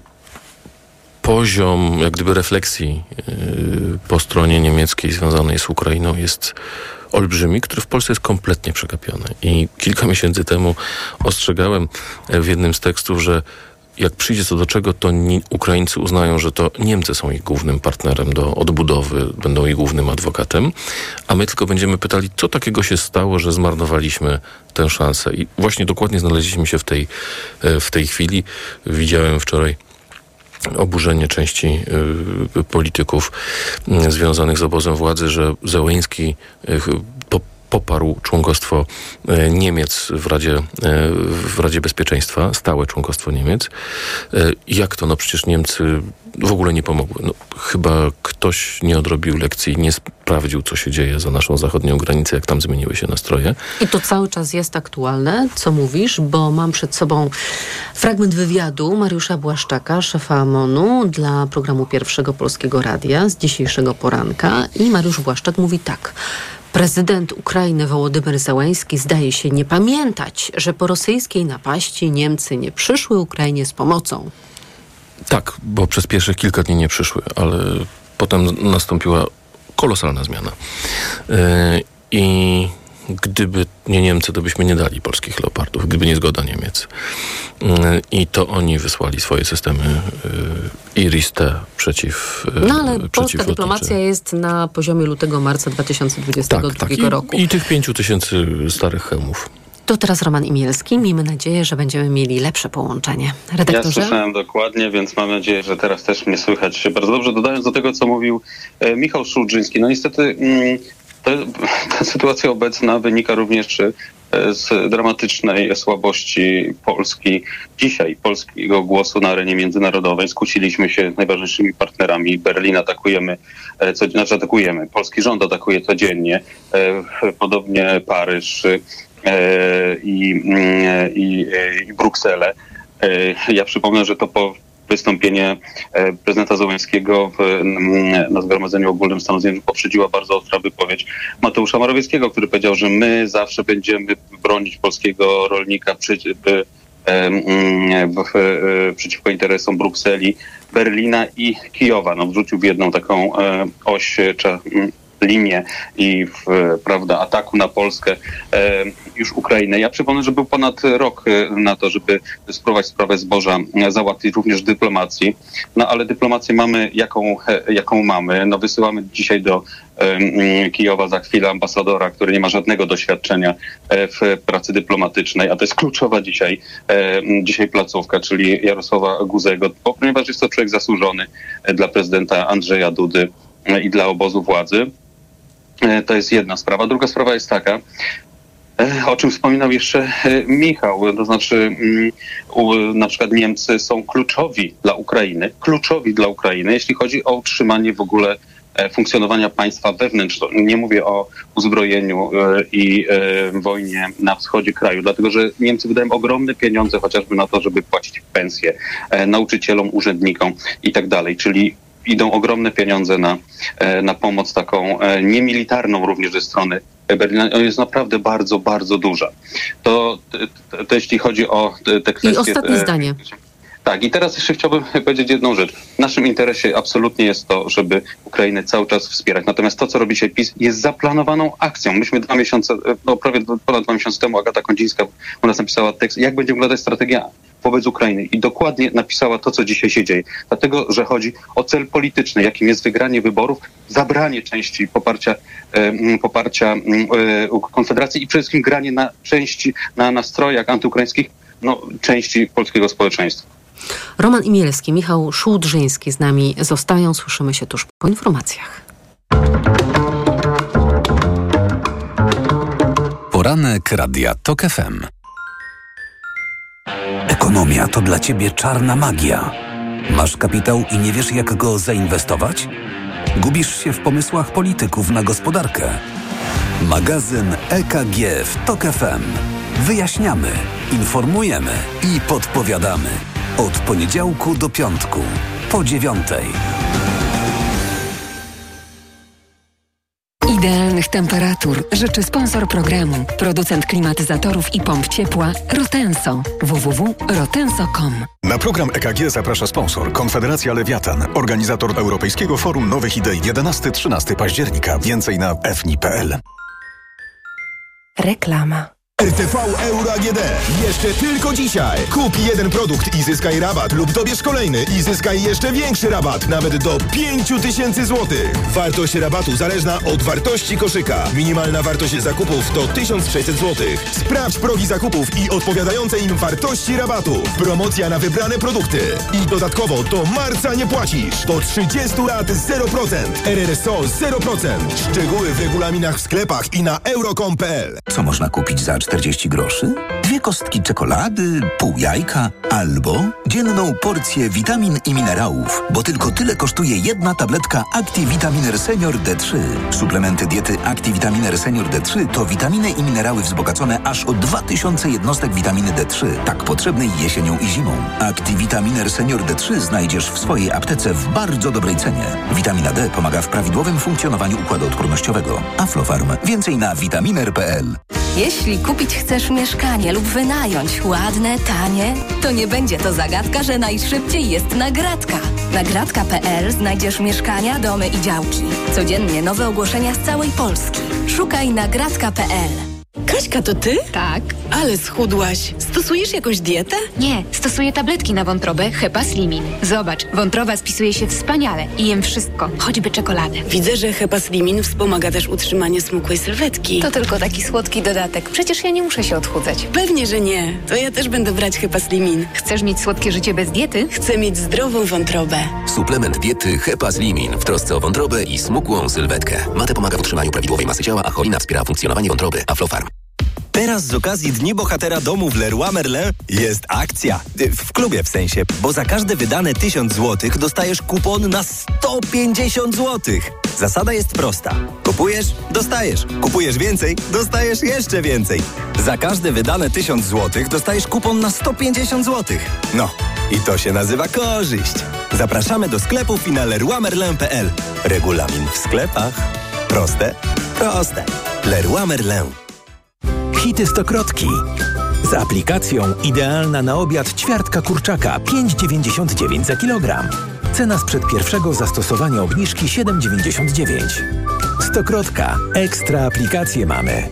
poziom jak gdyby refleksji yy, po stronie niemieckiej związanej z Ukrainą jest olbrzymi, który w Polsce jest kompletnie przegapiony. I kilka miesięcy temu ostrzegałem w jednym z tekstów, że jak przyjdzie co do czego, to ni- Ukraińcy uznają, że to Niemcy są ich głównym partnerem do odbudowy, będą ich głównym adwokatem, a my tylko będziemy pytali, co takiego się stało, że zmarnowaliśmy tę szansę. I właśnie dokładnie znaleźliśmy się w tej, w tej chwili. Widziałem wczoraj oburzenie części y, polityków y, związanych z obozem władzy, że Zełenski y, po, poparł członkostwo y, Niemiec w Radzie, y, w Radzie Bezpieczeństwa, stałe członkostwo Niemiec. Y, jak to? No przecież Niemcy w ogóle nie pomogły. No, chyba ktoś nie odrobił lekcji, nie sprawdził, co się dzieje za naszą zachodnią granicę, jak tam zmieniły się nastroje. I to cały czas jest aktualne, co mówisz, bo mam przed sobą fragment wywiadu Mariusza Błaszczaka, szefa A M O N-u dla programu Pierwszego Polskiego Radia z dzisiejszego poranka. I Mariusz Błaszczak mówi tak. Prezydent Ukrainy Wołodymyr Zełenski zdaje się nie pamiętać, że po rosyjskiej napaści Niemcy nie przyszły Ukrainie z pomocą. Tak, bo przez pierwszych kilka dni nie przyszły, ale potem nastąpiła kolosalna zmiana. Yy, I gdyby nie Niemcy, to byśmy nie dali polskich Leopardów, gdyby nie zgoda Niemiec. I to oni wysłali swoje systemy Iris-T przeciw No ale polska dyplomacja jest na poziomie lutego-marca dwa tysiące dwudziestego drugiego tak, tak. roku. I, I tych pięciu tysięcy starych hełmów. To teraz Roman Imielski. Miejmy nadzieję, że będziemy mieli lepsze połączenie. Redaktorze? Ja słyszałem dokładnie, więc mam nadzieję, że teraz też mnie słychać bardzo dobrze. Dodając do tego, co mówił e, Michał Szulżyński. No niestety mm, to, ta sytuacja obecna wynika również e, z dramatycznej słabości Polski dzisiaj, polskiego głosu na arenie międzynarodowej. Skłóciliśmy się z najważniejszymi partnerami. Berlin atakujemy, e, co, znaczy atakujemy. Polski rząd atakuje codziennie. E, podobnie Paryż, I, i, i Brukselę. Ja przypomnę, że to po wystąpienie prezydenta Zełenskiego w, na Zgromadzeniu Ogólnym Stanów Zjednoczonych poprzedziła bardzo ostra wypowiedź Mateusza Morawieckiego, który powiedział, że my zawsze będziemy bronić polskiego rolnika przy, w, w, w, przeciwko interesom Brukseli, Berlina i Kijowa. No, wrzucił w jedną taką oś czy linię i w, prawda, ataku na Polskę e, już Ukrainę. Ja przypomnę, że był ponad rok na to, żeby spróbować sprawę zboża załatwić również dyplomacji. No ale dyplomację mamy jaką, jaką mamy. No wysyłamy dzisiaj do e, Kijowa za chwilę ambasadora, który nie ma żadnego doświadczenia w pracy dyplomatycznej, a to jest kluczowa dzisiaj, e, dzisiaj placówka, czyli Jarosława Guzego, bo, ponieważ jest to człowiek zasłużony dla prezydenta Andrzeja Dudy i dla obozu władzy. To jest jedna sprawa. Druga sprawa jest taka, o czym wspominał jeszcze Michał, to znaczy na przykład Niemcy są kluczowi dla Ukrainy, kluczowi dla Ukrainy, jeśli chodzi o utrzymanie w ogóle funkcjonowania państwa wewnętrznego. Nie mówię o uzbrojeniu i wojnie na wschodzie kraju, dlatego że Niemcy wydają ogromne pieniądze chociażby na to, żeby płacić pensje nauczycielom, urzędnikom i tak dalej, czyli idą ogromne pieniądze na, na pomoc taką niemilitarną również ze strony Berlina. Ona jest naprawdę bardzo, bardzo duża. To, to, to jeśli chodzi o te kwestie... I ostatnie zdanie. Tak, i teraz jeszcze chciałbym powiedzieć jedną rzecz. W naszym interesie absolutnie jest to, żeby Ukrainę cały czas wspierać. Natomiast to, co robi dzisiaj PiS, jest zaplanowaną akcją. Myśmy dwa miesiące, no prawie ponad dwa miesiące temu Agata Kondzińska u nas napisała tekst, jak będzie wyglądać strategia wobec Ukrainy. I dokładnie napisała to, co dzisiaj się dzieje. Dlatego, że chodzi o cel polityczny, jakim jest wygranie wyborów, zabranie części poparcia, e, poparcia e, Konfederacji i przede wszystkim granie na części, na nastrojach antyukraińskich, no, części polskiego społeczeństwa. Roman Imielski, Michał Szulżyński z nami zostają. Słyszymy się tuż po informacjach. Poranek Radia Tok F M. Ekonomia to dla Ciebie czarna magia. Masz kapitał i nie wiesz, jak go zainwestować? Gubisz się w pomysłach polityków na gospodarkę? Magazyn E K G w Tok F M. Wyjaśniamy, informujemy i podpowiadamy. Od poniedziałku do piątku, po dziewiątej. Idealnych temperatur życzy sponsor programu, producent klimatyzatorów i pomp ciepła Rotenso. w w w kropka rotenso kropka com. Na program E K G zaprasza sponsor Konfederacja Lewiatan, organizator Europejskiego Forum Nowych Idei jedenastego do trzynastego października. Więcej na f n i kropka p l. Reklama. R T V Euro A G D. Jeszcze tylko dzisiaj. Kup jeden produkt i zyskaj rabat lub dobierz kolejny i zyskaj jeszcze większy rabat, nawet do pięć tysięcy złotych. Wartość rabatu zależna od wartości koszyka. Minimalna wartość zakupów to tysiąc sześćset złotych. Sprawdź progi zakupów i odpowiadające im wartości rabatu. Promocja na wybrane produkty. I dodatkowo do marca nie płacisz. Do trzydziestu lat zero procent. R R S O zero procent. Szczegóły w regulaminach w sklepach i na euro kropka com kropka p l. Co można kupić za czterdzieści groszy? Dwie kostki czekolady, pół jajka albo dzienną porcję witamin i minerałów, bo tylko tyle kosztuje jedna tabletka ActiVitaminer Senior D trzy. Suplementy diety ActiVitaminer Senior D trzy to witaminy i minerały wzbogacone aż o dwa tysiące jednostek witaminy D trzy, tak potrzebnej jesienią i zimą. ActiVitaminer Senior D trzy znajdziesz w swojej aptece w bardzo dobrej cenie. Witamina D pomaga w prawidłowym funkcjonowaniu układu odpornościowego. Aflofarm. Więcej na vitaminer kropka p l. Jeśli kupić chcesz mieszkanie lub wynająć ładne, tanie, to nie będzie to zagadka, że najszybciej jest Nagradka. Nagradka kropka p l znajdziesz mieszkania, domy i działki. Codziennie nowe ogłoszenia z całej Polski. Szukaj nagradka kropka p l. Kaśka, to ty? Tak. Ale schudłaś. Stosujesz jakąś dietę? Nie, stosuję tabletki na wątrobę Hepaslimin. Zobacz, wątroba spisuje się wspaniale i jem wszystko, choćby czekoladę. Widzę, że Hepaslimin wspomaga też utrzymanie smukłej sylwetki. To tylko taki słodki dodatek. Przecież ja nie muszę się odchudzać. Pewnie, że nie. To ja też będę brać Hepaslimin. Chcesz mieć słodkie życie bez diety? Chcę mieć zdrową wątrobę. Suplement diety Hepaslimin w trosce o wątrobę i smukłą sylwetkę. Mate pomaga w utrzymaniu prawidłowej masy ciała, a cholina wspiera funkcjonowanie wątroby. Aflofarm. Teraz z okazji Dni Bohatera Domu w Leroy Merlin jest akcja. W klubie w sensie, bo za każde wydane tysiąc złotych dostajesz kupon na sto pięćdziesiąt złotych. Zasada jest prosta. Kupujesz, dostajesz. Kupujesz więcej, dostajesz jeszcze więcej. Za każde wydane tysiąc złotych dostajesz kupon na sto pięćdziesiąt złotych. No, i to się nazywa korzyść. Zapraszamy do sklepów i na leroy merlin kropka p l. Regulamin w sklepach. Proste? Proste. Leroy Merlin. Hity stokrotki. Z aplikacją idealna na obiad ćwiartka kurczaka pięć dziewięćdziesiąt dziewięć za kilogram. Cena sprzed pierwszego zastosowania obniżki siedem dziewięćdziesiąt dziewięć. Stokrotka. Ekstra aplikacje mamy.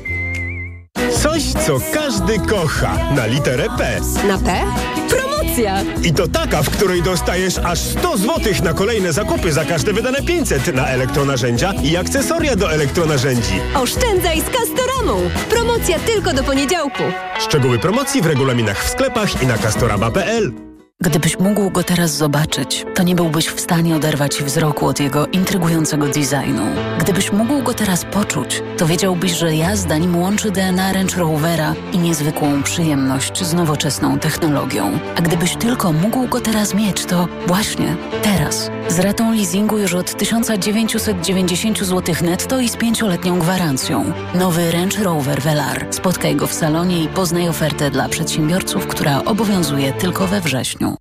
Coś, co każdy kocha. Na literę P. Na P? Promocja! I to taka, w której dostajesz aż sto złotych na kolejne zakupy za każde wydane pięćset na elektronarzędzia i akcesoria do elektronarzędzi. Oszczędzaj z Castoramą! Promocja tylko do poniedziałku. Szczegóły promocji w regulaminach w sklepach i na castorama kropka p l. Gdybyś mógł go teraz zobaczyć, to nie byłbyś w stanie oderwać wzroku od jego intrygującego designu. Gdybyś mógł go teraz poczuć, to wiedziałbyś, że jazda nim łączy D N A Range Rovera i niezwykłą przyjemność z nowoczesną technologią. A gdybyś tylko mógł go teraz mieć, to właśnie teraz. Z ratą leasingu już od tysiąc dziewięćset dziewięćdziesiąt złotych netto i z pięcioletnią gwarancją. Nowy Range Rover Velar. Spotkaj go w salonie i poznaj ofertę dla przedsiębiorców, która obowiązuje tylko we wrześniu.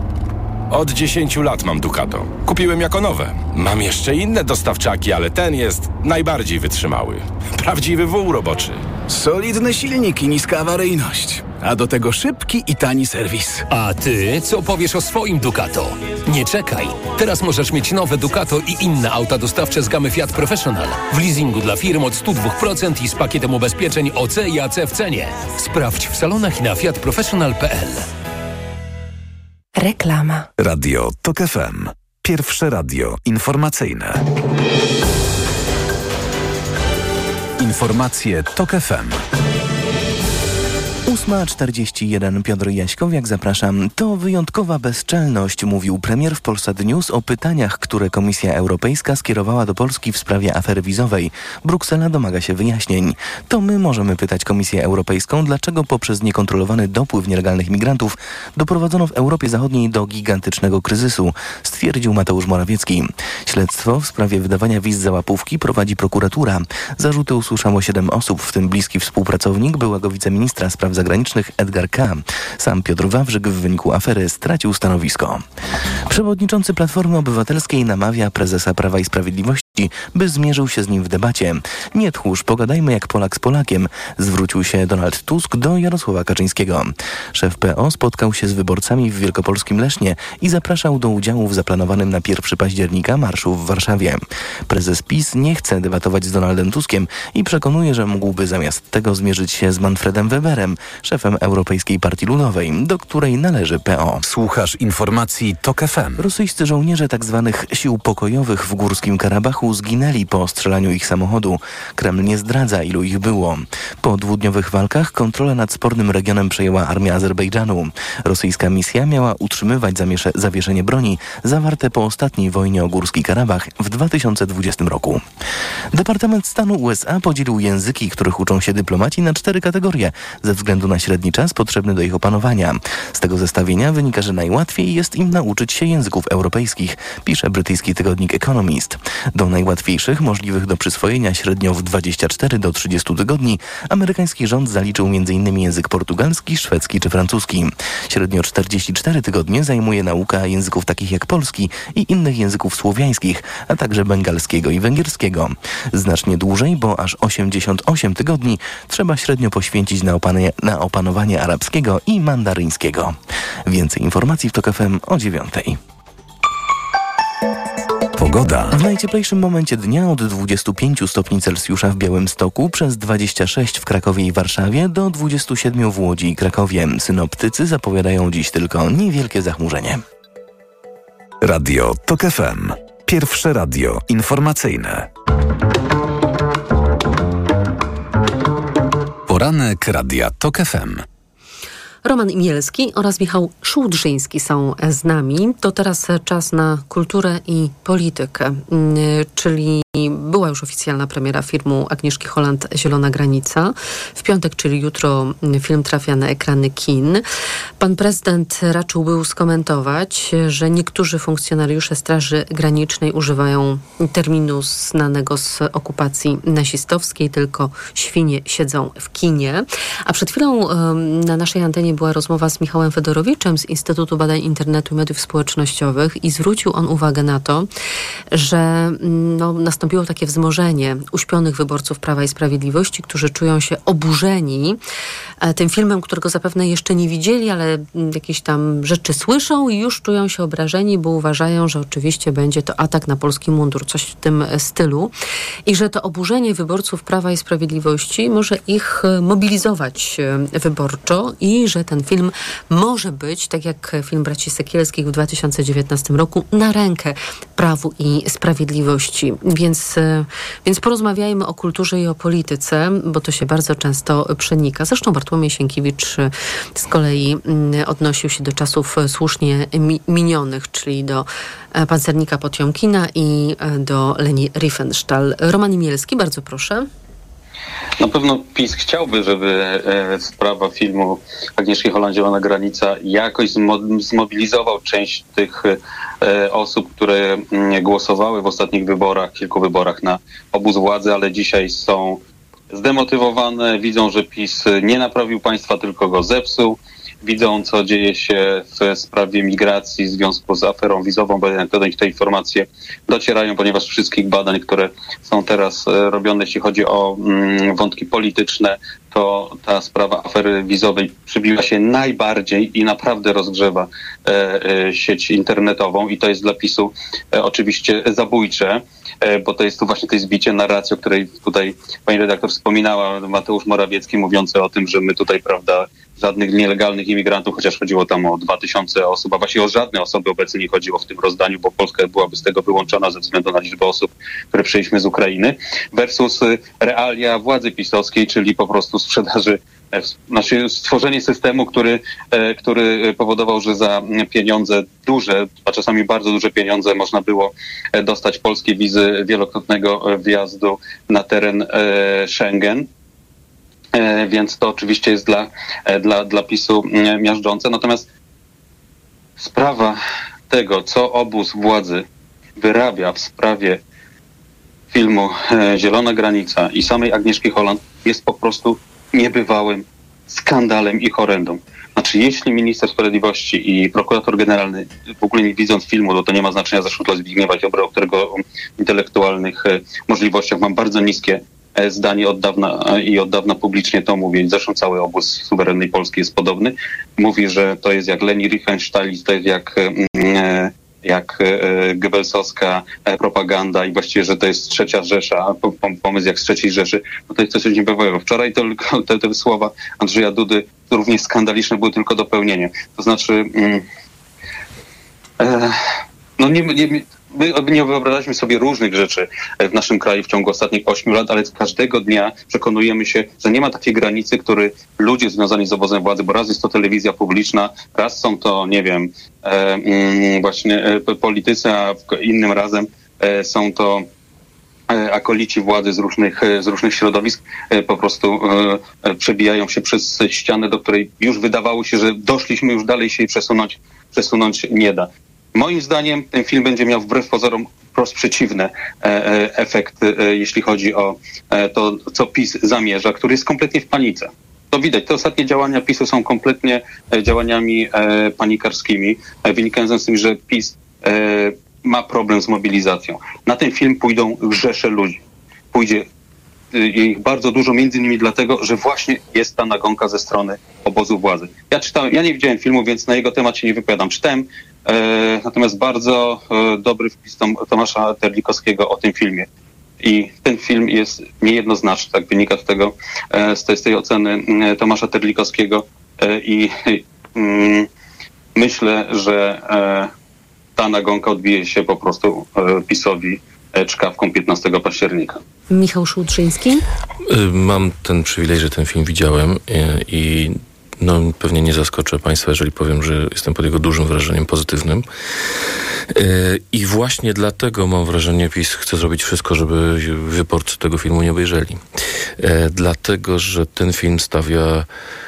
Od dziesięciu lat mam Ducato. Kupiłem jako nowe. Mam jeszcze inne dostawczaki, ale ten jest najbardziej wytrzymały. Prawdziwy wół roboczy. Solidny silnik i niska awaryjność. A do tego szybki i tani serwis. A ty co powiesz o swoim Ducato? Nie czekaj. Teraz możesz mieć nowe Ducato i inne auta dostawcze z gamy Fiat Professional. W leasingu dla firm od sto dwa procent i z pakietem ubezpieczeń O C i A C w cenie. Sprawdź w salonach i na fiat professional kropka p l. Reklama. Radio TOK F M. Pierwsze radio informacyjne. Informacje TOK F M. ósma czterdzieści jeden. Piotr Jaśkowiak, zapraszam. To wyjątkowa bezczelność, mówił premier w Polsat News o pytaniach, które Komisja Europejska skierowała do Polski w sprawie afery wizowej. Bruksela domaga się wyjaśnień. To my możemy pytać Komisję Europejską, dlaczego poprzez niekontrolowany dopływ nielegalnych migrantów doprowadzono w Europie Zachodniej do gigantycznego kryzysu, stwierdził Mateusz Morawiecki. Śledztwo w sprawie wydawania wiz za łapówki prowadzi prokuratura. Zarzuty usłyszało siedem osób, w tym bliski współpracownik byłego wiceministra spraw zagranicznych Edgar K. Sam Piotr Wawrzyk w wyniku afery stracił stanowisko. Przewodniczący Platformy Obywatelskiej namawia prezesa Prawa i Sprawiedliwości, by zmierzył się z nim w debacie. Nie tchórz, pogadajmy jak Polak z Polakiem, zwrócił się Donald Tusk do Jarosława Kaczyńskiego. Szef P O spotkał się z wyborcami w wielkopolskim Lesznie i zapraszał do udziału w zaplanowanym na pierwszego października marszu w Warszawie. Prezes PiS nie chce debatować z Donaldem Tuskiem i przekonuje, że mógłby zamiast tego zmierzyć się z Manfredem Weberem, szefem Europejskiej Partii Ludowej, do której należy P O. Słuchasz informacji TOK F M. Rosyjscy żołnierze tzw. sił pokojowych w Górskim Karabachu zginęli po ostrzelaniu ich samochodu. Kreml nie zdradza, ilu ich było. Po dwudniowych walkach kontrolę nad spornym regionem przejęła armia Azerbejdżanu. Rosyjska misja miała utrzymywać zamiesze- zawieszenie broni zawarte po ostatniej wojnie o Górski Karabach w dwa tysiące dwudziestym roku. Departament Stanu U S A podzielił języki, których uczą się dyplomaci, na cztery kategorie ze względu na średni czas potrzebny do ich opanowania. Z tego zestawienia wynika, że najłatwiej jest im nauczyć się języków europejskich, pisze brytyjski tygodnik Economist. Do najłatwiejszych, możliwych do przyswojenia średnio w dwadzieścia cztery do trzydziestu tygodni, amerykański rząd zaliczył między innymi język portugalski, szwedzki czy francuski. Średnio czterdzieści cztery tygodnie zajmuje nauka języków takich jak polski i innych języków słowiańskich, a także bengalskiego i węgierskiego. Znacznie dłużej, bo aż osiemdziesiąt osiem tygodni trzeba średnio poświęcić na, opanie, na opanowanie arabskiego i mandaryńskiego. Więcej informacji w TOK F M o dziewiątej. Pogoda. W najcieplejszym momencie dnia od dwudziestu pięciu stopni Celsjusza w Białymstoku, przez dwadzieścia sześć w Krakowie i Warszawie, do dwudziestu siedmiu w Łodzi i Krakowie. Synoptycy zapowiadają dziś tylko niewielkie zachmurzenie. Radio TOK F M. Pierwsze radio informacyjne. Poranek Radia TOK F M. Roman Imielski oraz Michał Szułdrzyński są z nami. To teraz czas na kulturę i politykę, czyli była już oficjalna premiera filmu Agnieszki Holland Zielona granica. W piątek, czyli jutro, film trafia na ekrany kin. Pan prezydent raczył był skomentować, że niektórzy funkcjonariusze Straży Granicznej używają terminu znanego z okupacji nazistowskiej, tylko świnie siedzą w kinie. A przed chwilą na naszej antenie była rozmowa z Michałem Fedorowiczem z Instytutu Badań Internetu i Mediów Społecznościowych i zwrócił on uwagę na to, że no, nastąpiło takie wzmożenie uśpionych wyborców Prawa i Sprawiedliwości, którzy czują się oburzeni tym filmem, którego zapewne jeszcze nie widzieli, ale jakieś tam rzeczy słyszą i już czują się obrażeni, bo uważają, że oczywiście będzie to atak na polski mundur, coś w tym stylu i że to oburzenie wyborców Prawa i Sprawiedliwości może ich mobilizować wyborczo i że ten film może być, tak jak film braci Sekielskich w dwa tysiące dziewiętnastym roku, na rękę Prawu i Sprawiedliwości. Więc, więc porozmawiajmy o kulturze i o polityce, bo to się bardzo często przenika. Zresztą Bartłomiej Sienkiewicz z kolei odnosił się do czasów słusznie mi- minionych, czyli do Pancernika Potiomkina i do Leni Riefenstahl. Roman Imielski, bardzo proszę. Na pewno PiS chciałby, żeby e, sprawa filmu Agnieszki Holland Zielona granica jakoś zmo- zmobilizował część tych e, osób, które m, głosowały w ostatnich wyborach, kilku wyborach na obóz władzy, ale dzisiaj są zdemotywowane, widzą, że PiS nie naprawił państwa, tylko go zepsuł. Widzą, co dzieje się w sprawie migracji w związku z aferą wizową, bo do nich te informacje docierają, ponieważ wszystkich badań, które są teraz robione, jeśli chodzi o mm, wątki polityczne, to ta sprawa afery wizowej przybiła się najbardziej i naprawdę rozgrzewa e, e, sieć internetową i to jest dla PiSu e, oczywiście zabójcze, e, bo to jest tu właśnie to zbicie narracji, o której tutaj pani redaktor wspominała, Mateusz Morawiecki mówiący o tym, że my tutaj, prawda, żadnych nielegalnych imigrantów, chociaż chodziło tam o dwa tysiące osób, a właściwie o żadne osoby obecnie nie chodziło w tym rozdaniu, bo Polska byłaby z tego wyłączona ze względu na liczbę osób, które przyjęliśmy z Ukrainy, versus realia władzy pisowskiej, czyli po prostu sprzedaży, znaczy stworzenie systemu, który, który powodował, że za pieniądze duże, a czasami bardzo duże pieniądze można było dostać polskie wizy wielokrotnego wjazdu na teren Schengen. Więc to oczywiście jest dla, dla, dla PiSu miażdżące. Natomiast sprawa tego, co obóz władzy wyrabia w sprawie filmu Zielona granica i samej Agnieszki Holland jest po prostu niebywałym skandalem i horrendą. Znaczy, jeśli minister sprawiedliwości i prokurator generalny w ogóle nie widząc filmu, to, to nie ma znaczenia, zaszło dla Zbigniewa Ziobry, o którego intelektualnych możliwościach mam bardzo niskie zdanie od dawna i od dawna publicznie to mówi. Zresztą cały obóz suwerennej Polski jest podobny. Mówi, że to jest jak Leni Riefenstahl, to jest jak, jak Goebbelsowska propaganda i właściwie, że to jest trzecia Rzesza, pomysł jak z trzeciej Rzeszy. No to jest coś niebywałego. Wczoraj tylko te, te słowa Andrzeja Dudy, również skandaliczne, były tylko dopełnienie. To znaczy e, no nie, nie My nie wyobrażaliśmy sobie różnych rzeczy w naszym kraju w ciągu ostatnich ośmiu lat, ale każdego dnia przekonujemy się, że nie ma takiej granicy, który ludzie związani z obozem władzy, bo raz jest to telewizja publiczna, raz są to, nie wiem, e, właśnie e, politycy, a innym razem e, są to e, akolici władzy z różnych, z różnych środowisk, e, po prostu e, przebijają się przez ścianę, do której już wydawało się, że doszliśmy, już dalej się jej przesunąć, przesunąć nie da. Moim zdaniem ten film będzie miał wbrew pozorom wprost przeciwny e, e, efekt, e, jeśli chodzi o e, to, co PiS zamierza, który jest kompletnie w panice. To widać, te ostatnie działania PiSu są kompletnie e, działaniami e, panikarskimi, e, wynikające z tym, że PiS e, ma problem z mobilizacją. Na ten film pójdą rzesze ludzi. Pójdzie ich bardzo dużo, między innymi dlatego, że właśnie jest ta nagonka ze strony obozu władzy. Ja czytałem, ja nie widziałem filmu, więc na jego temat się nie wypowiadam. Czytałem E, natomiast bardzo e, dobry wpis Tom, Tomasza Terlikowskiego o tym filmie. I ten film jest niejednoznaczny, tak wynika z tego, e, z, tej, z tej oceny e, Tomasza Terlikowskiego e, i e, myślę, że e, ta nagonka odbije się po prostu e, PiS-owi e, czkawką piętnastego października. Michał Szłudrzyński? Mam ten przywilej, że ten film widziałem i no, pewnie nie zaskoczę Państwa, jeżeli powiem, że jestem pod jego dużym wrażeniem pozytywnym. I właśnie dlatego mam wrażenie, PiS chce zrobić wszystko, żeby wyborcy tego filmu nie obejrzeli. Dlatego, że ten film stawia...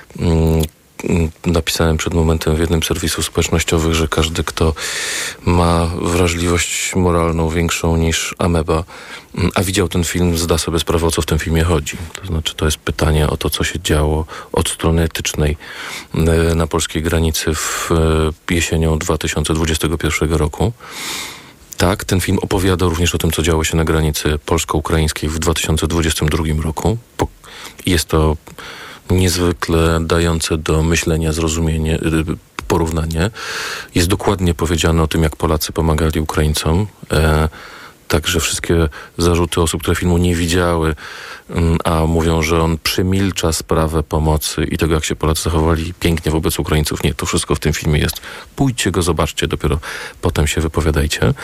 Napisałem przed momentem w jednym z serwisów społecznościowych, że każdy, kto ma wrażliwość moralną większą niż ameba, a widział ten film, zda sobie sprawę, o co w tym filmie chodzi. To znaczy, to jest pytanie o to, co się działo od strony etycznej na polskiej granicy w jesienią dwa tysiące dwudziestego pierwszego roku. Tak, ten film opowiada również o tym, co działo się na granicy polsko-ukraińskiej w dwa tysiące dwudziestym drugim roku. Jest to niezwykle dające do myślenia zrozumienie, porównanie. Jest dokładnie powiedziane o tym, jak Polacy pomagali Ukraińcom. E, także wszystkie zarzuty osób, które filmu nie widziały, a mówią, że on przemilcza sprawę pomocy i tego, jak się Polacy zachowali pięknie wobec Ukraińców. Nie, to wszystko w tym filmie jest. Pójdźcie go, zobaczcie, dopiero potem się wypowiadajcie. E,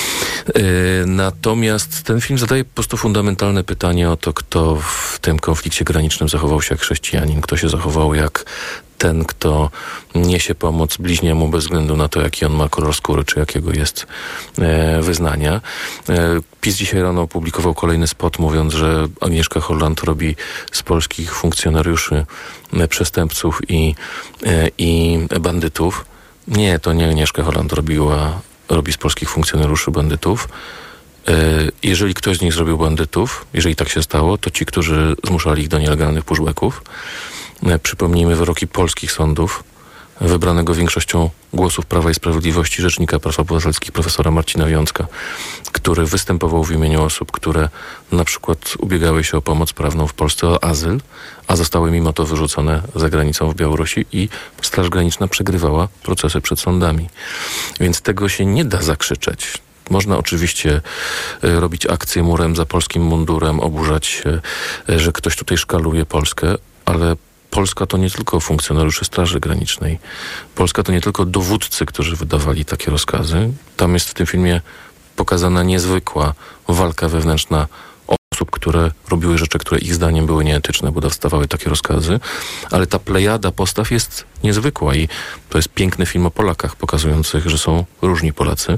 natomiast ten film zadaje po prostu fundamentalne pytanie o to, kto w tym konflikcie granicznym zachował się jak chrześcijanin, kto się zachował jak ten, kto niesie pomoc bliźniemu bez względu na to, jaki on ma kolor skóry, czy jakiego jest e, wyznania. E, PiS dzisiaj rano opublikował kolejny spot, mówiąc, że Agnieszka Holland robi z polskich funkcjonariuszy e, przestępców i, e, i bandytów. Nie, to nie Agnieszka Holland robiła, robi z polskich funkcjonariuszy bandytów. E, jeżeli ktoś z nich zrobił bandytów, jeżeli tak się stało, to ci, którzy zmuszali ich do nielegalnych pushbacków. Przypomnijmy wyroki polskich sądów, wybranego większością głosów Prawa i Sprawiedliwości rzecznika praw obywatelskich profesora Marcina Wiącka, który występował w imieniu osób, które na przykład ubiegały się o pomoc prawną w Polsce, o azyl, a zostały mimo to wyrzucone za granicą w Białorusi i Straż Graniczna przegrywała procesy przed sądami. Więc tego się nie da zakrzyczeć. Można oczywiście y, robić akcję murem za polskim mundurem, oburzać się, y, że ktoś tutaj szkaluje Polskę, ale Polska to nie tylko funkcjonariusze Straży Granicznej. Polska to nie tylko dowódcy, którzy wydawali takie rozkazy. Tam jest w tym filmie pokazana niezwykła walka wewnętrzna osób, które robiły rzeczy, które ich zdaniem były nieetyczne, bo dostawały takie rozkazy. Ale ta plejada postaw jest niezwykła i to jest piękny film o Polakach, pokazujących, że są różni Polacy.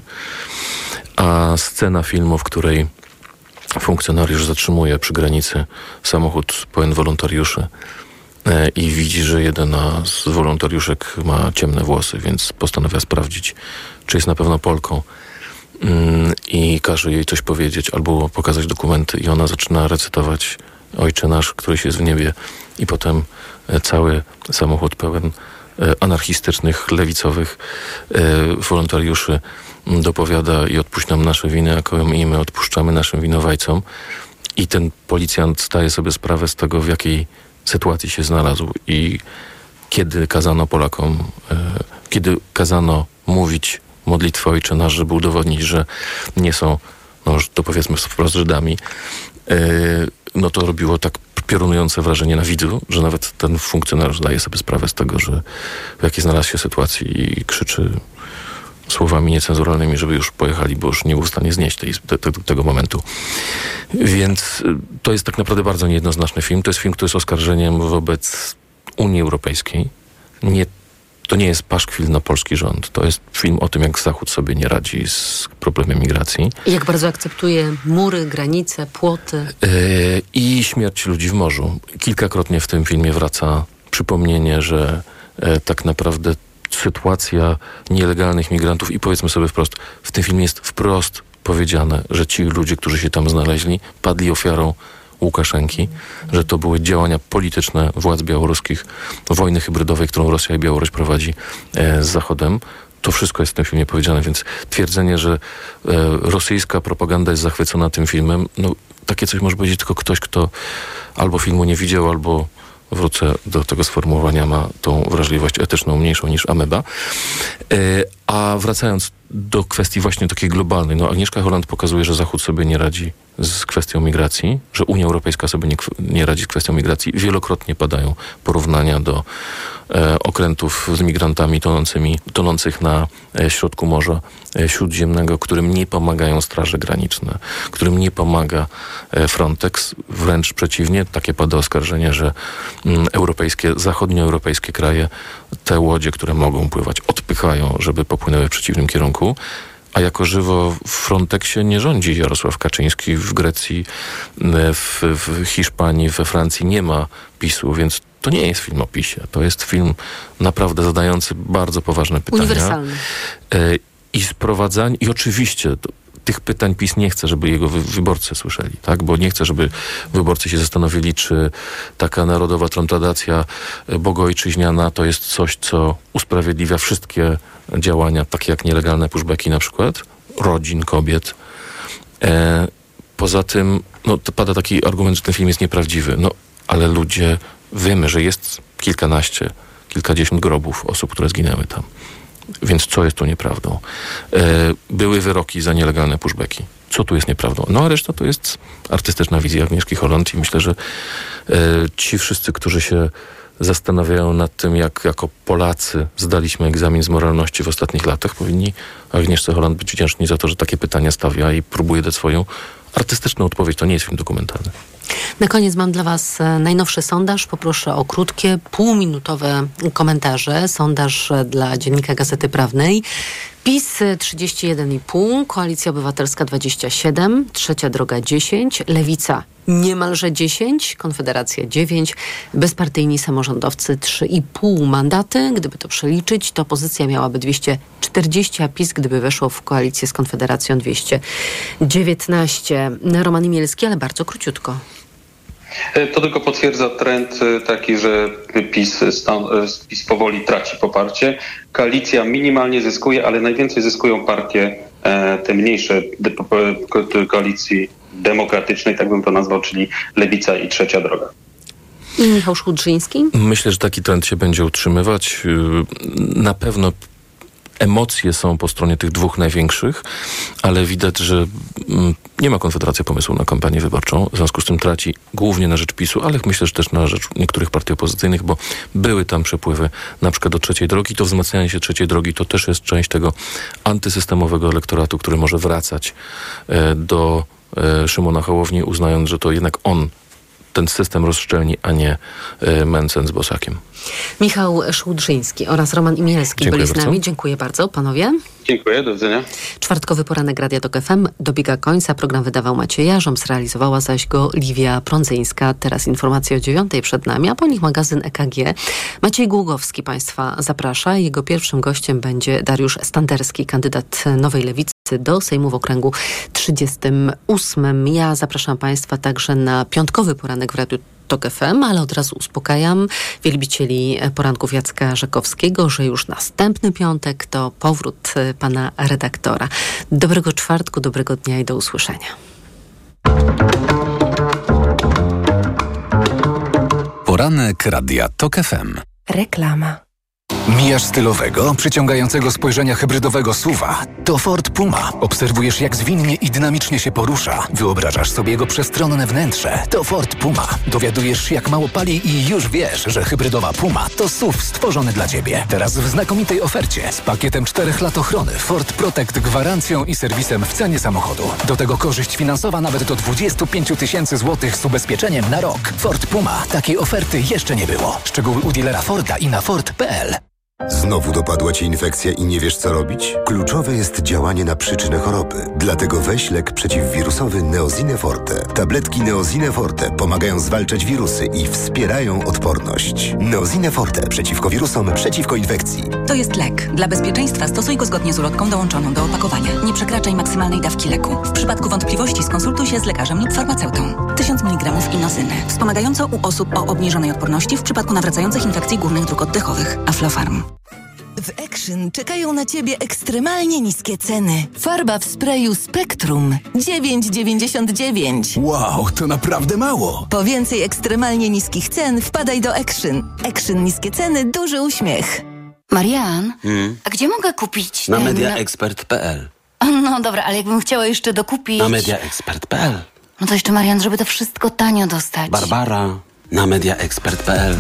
A scena filmu, w której funkcjonariusz zatrzymuje przy granicy samochód pełen wolontariuszy i widzi, że jedna z wolontariuszek ma ciemne włosy, więc postanawia sprawdzić, czy jest na pewno Polką i każe jej coś powiedzieć albo pokazać dokumenty i ona zaczyna recytować Ojcze Nasz, któryś jest w niebie i potem cały samochód pełen anarchistycznych, lewicowych wolontariuszy dopowiada i odpuść nam nasze winy, jako i my odpuszczamy naszym winowajcom. I ten policjant zdaje sobie sprawę z tego, w jakiej sytuacji się znalazł i kiedy kazano Polakom, e, kiedy kazano mówić modlitwę Ojcze Nasz, żeby udowodnić, że nie są, no już to powiedzmy wprost Żydami, e, no to robiło tak piorunujące wrażenie na widzu, że nawet ten funkcjonariusz zdaje sobie sprawę z tego, że w jakiej znalazł się sytuacji i krzyczy słowami niecenzuralnymi, żeby już pojechali, bo już nie był w stanie znieść tej, te, te, tego momentu. Więc to jest tak naprawdę bardzo niejednoznaczny film. To jest film, który jest oskarżeniem wobec Unii Europejskiej. Nie, to nie jest paszkwil na polski rząd. To jest film o tym, jak Zachód sobie nie radzi z problemem migracji. I jak bardzo akceptuje mury, granice, płoty. Yy, I śmierć ludzi w morzu. Kilkakrotnie w tym filmie wraca przypomnienie, że yy, tak naprawdę sytuacja nielegalnych migrantów i powiedzmy sobie wprost, w tym filmie jest wprost powiedziane, że ci ludzie, którzy się tam znaleźli, padli ofiarą Łukaszenki, że to były działania polityczne władz białoruskich, wojny hybrydowej, którą Rosja i Białoruś prowadzi e, z Zachodem. To wszystko jest w tym filmie powiedziane, więc twierdzenie, że e, rosyjska propaganda jest zachwycona tym filmem, no takie coś może powiedzieć tylko ktoś, kto albo filmu nie widział, albo wrócę do tego sformułowania, ma tą wrażliwość etyczną mniejszą niż ameba. A wracając do kwestii właśnie takiej globalnej, no Agnieszka Holland pokazuje, że Zachód sobie nie radzi z kwestią migracji, że Unia Europejska sobie nie, nie radzi z kwestią migracji. Wielokrotnie padają porównania do e, okrętów z migrantami tonącymi, tonących na e, środku Morza e, Śródziemnego, którym nie pomagają straże graniczne, którym nie pomaga e, Frontex. Wręcz przeciwnie, takie pada oskarżenie, że m, europejskie, zachodnioeuropejskie kraje te łodzie, które mogą pływać, odpychają, żeby popłynęły w przeciwnym kierunku. A jako żywo w Frontexie nie rządzi Jarosław Kaczyński. W Grecji, w, w Hiszpanii, we Francji nie ma PiSu, więc to nie jest film o PiSie. To jest film naprawdę zadający bardzo poważne pytania. Uniwersalny. I sprowadzanie, i oczywiście to, tych pytań PiS nie chce, żeby jego wy- wyborcy słyszeli, tak? Bo nie chce, żeby wyborcy się zastanowili, czy taka narodowa transplantacja bogojczyźniana to jest coś, co usprawiedliwia wszystkie działania, takie jak nielegalne pushbacki na przykład, rodzin, kobiet. E, poza tym, no to pada taki argument, że ten film jest nieprawdziwy. No, ale ludzie, wiemy, że jest kilkanaście, kilkadziesiąt grobów osób, które zginęły tam. Więc co jest tu nieprawdą? E, były wyroki za nielegalne pushbacki. Co tu jest nieprawdą? No a reszta to jest artystyczna wizja Agnieszki Holland i myślę, że e, ci wszyscy, którzy się zastanawiają nad tym, jak jako Polacy zdaliśmy egzamin z moralności w ostatnich latach, powinni Agnieszce Holland być wdzięczni za to, że takie pytania stawia i próbuje dać swoją artystyczną odpowiedź. To nie jest film dokumentalny. Na koniec mam dla Was najnowszy sondaż. Poproszę o krótkie, półminutowe komentarze. Sondaż dla Dziennika Gazety Prawnej. PiS trzydzieści jeden i pół, Koalicja Obywatelska dwadzieścia siedem, Trzecia Droga dziesięć, Lewica niemalże dziesięć, Konfederacja dziewięć, bezpartyjni samorządowcy trzy i pół mandaty. Gdyby to przeliczyć, to opozycja miałaby dwieście czterdzieści, a PiS, gdyby weszło w koalicję z Konfederacją, dwieście dziewiętnaście. Roman Imielski, ale bardzo króciutko. To tylko potwierdza trend taki, że PiS, stan, PiS powoli traci poparcie. Koalicja minimalnie zyskuje, ale najwięcej zyskują partie te mniejsze de- koalicji demokratycznej, tak bym to nazwał, czyli Lewica i Trzecia Droga. I Michał Szłudrzyński? Myślę, że taki trend się będzie utrzymywać. Na pewno emocje są po stronie tych dwóch największych, ale widać, że nie ma Konfederacja pomysłu na kampanię wyborczą. W związku z tym traci głównie na rzecz PiSu, ale myślę, że też na rzecz niektórych partii opozycyjnych, bo były tam przepływy na przykład do Trzeciej Drogi. To wzmacnianie się Trzeciej Drogi to też jest część tego antysystemowego elektoratu, który może wracać do Szymona Hołowni, uznając, że to jednak on ten system rozszczelni, a nie y, Mencen z Bosakiem. Michał Szłudrzyński oraz Roman Imielski Dziękuję byli z nami. bardzo. Dziękuję bardzo, panowie. Dziękuję, do widzenia. Czwartkowy poranek Radia Tok F M dobiega końca. Program wydawał Maciej Jarząb, zrealizowała zaś go Liwia Prądzyńska. Teraz informacje o dziewiątej przed nami, a po nich magazyn E K G. Maciej Głogowski Państwa zaprasza. Jego pierwszym gościem będzie Dariusz Standerski, kandydat Nowej Lewicy do Sejmu w okręgu trzydziestym ósmym. Ja zapraszam Państwa także na piątkowy poranek w Radiu Tok F M, ale od razu uspokajam wielbicieli poranków Jacka Rzekowskiego, że już następny piątek to powrót pana redaktora. Dobrego czwartku, dobrego dnia i do usłyszenia. Poranek Radia Tok F M. Reklama. Mijasz stylowego, przyciągającego spojrzenia hybrydowego S U V-a. To Ford Puma. Obserwujesz, jak zwinnie i dynamicznie się porusza. Wyobrażasz sobie jego przestronne wnętrze. To Ford Puma. Dowiadujesz się, jak mało pali i już wiesz, że hybrydowa Puma to S U V stworzony dla Ciebie. Teraz w znakomitej ofercie z pakietem czterech lat ochrony, Ford Protect, gwarancją i serwisem w cenie samochodu. Do tego korzyść finansowa nawet do dwadzieścia pięć tysięcy złotych z ubezpieczeniem na rok. Ford Puma. Takiej oferty jeszcze nie było. Szczegóły u dealera Forda i na ford kropka p l. Znowu dopadła Cię infekcja i nie wiesz, co robić? Kluczowe jest działanie na przyczynę choroby. Dlatego weź lek przeciwwirusowy Neosine Forte. Tabletki Neosine Forte pomagają zwalczać wirusy i wspierają odporność. Neosine Forte przeciwko wirusom, przeciwko infekcji. To jest lek. Dla bezpieczeństwa stosuj go zgodnie z ulotką dołączoną do opakowania. Nie przekraczaj maksymalnej dawki leku. W przypadku wątpliwości skonsultuj się z lekarzem lub farmaceutą. tysiąc miligramów inozyny. Wspomagająco u osób o obniżonej odporności w przypadku nawracających infekcji górnych dróg oddechowych. Aflofarm. W Action czekają na Ciebie ekstremalnie niskie ceny. Farba w sprayu Spectrum dziewięć dziewięćdziesiąt dziewięć. Wow, to naprawdę mało. Po więcej ekstremalnie niskich cen wpadaj do Action. Action niskie ceny, duży uśmiech. Marian, Hmm? a gdzie mogę kupić Na ten... mediaexpert kropka p l. No dobra, ale jakbym chciała jeszcze dokupić... Na mediaexpert kropka p l. No to jeszcze, Marian, żeby to wszystko tanio dostać. Barbara. Na mediaexpert kropka p l.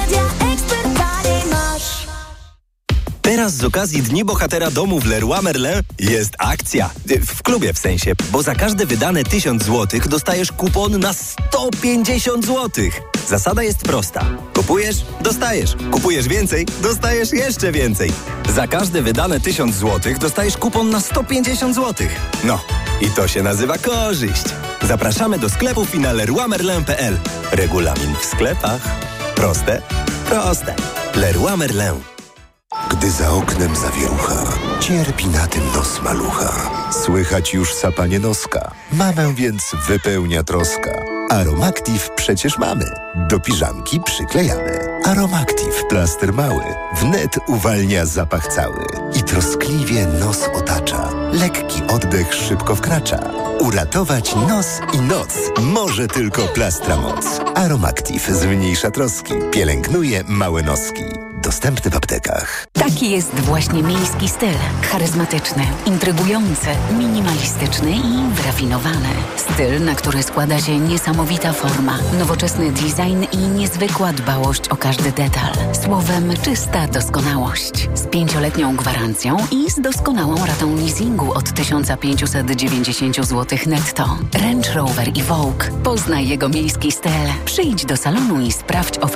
Teraz z okazji Dni Bohatera Domu w Leroy Merlin jest akcja. W klubie w sensie, bo za każde wydane tysiąc złotych dostajesz kupon na sto pięćdziesiąt złotych. Zasada jest prosta. Kupujesz, dostajesz. Kupujesz więcej, dostajesz jeszcze więcej. Za każde wydane tysiąc złotych dostajesz kupon na sto pięćdziesiąt złotych. No, i to się nazywa korzyść. Zapraszamy do sklepów i na leroy merlin kropka p l. Regulamin w sklepach. Proste? Proste. Leroy Merlin. Gdy za oknem zawierucha, cierpi na tym nos malucha. Słychać już sapanie noska, mamę więc wypełnia troska. Aromactive przecież mamy, do piżamki przyklejamy. Aromactive, plaster mały, wnet uwalnia zapach cały. I troskliwie nos otacza, lekki oddech szybko wkracza. Uratować nos i noc może tylko plastra moc. Aromactive zmniejsza troski, pielęgnuje małe noski. Dostępny w aptekach. Taki jest właśnie miejski styl. Charyzmatyczny, intrygujący, minimalistyczny i wyrafinowany. Styl, na który składa się niesamowita forma, nowoczesny design i niezwykła dbałość o każdy detal. Słowem, czysta doskonałość. Z pięcioletnią gwarancją i z doskonałą ratą leasingu od tysiąc pięćset dziewięćdziesiąt złotych netto. Range Rover i Vogue. Poznaj jego miejski styl. Przyjdź do salonu i sprawdź ofertę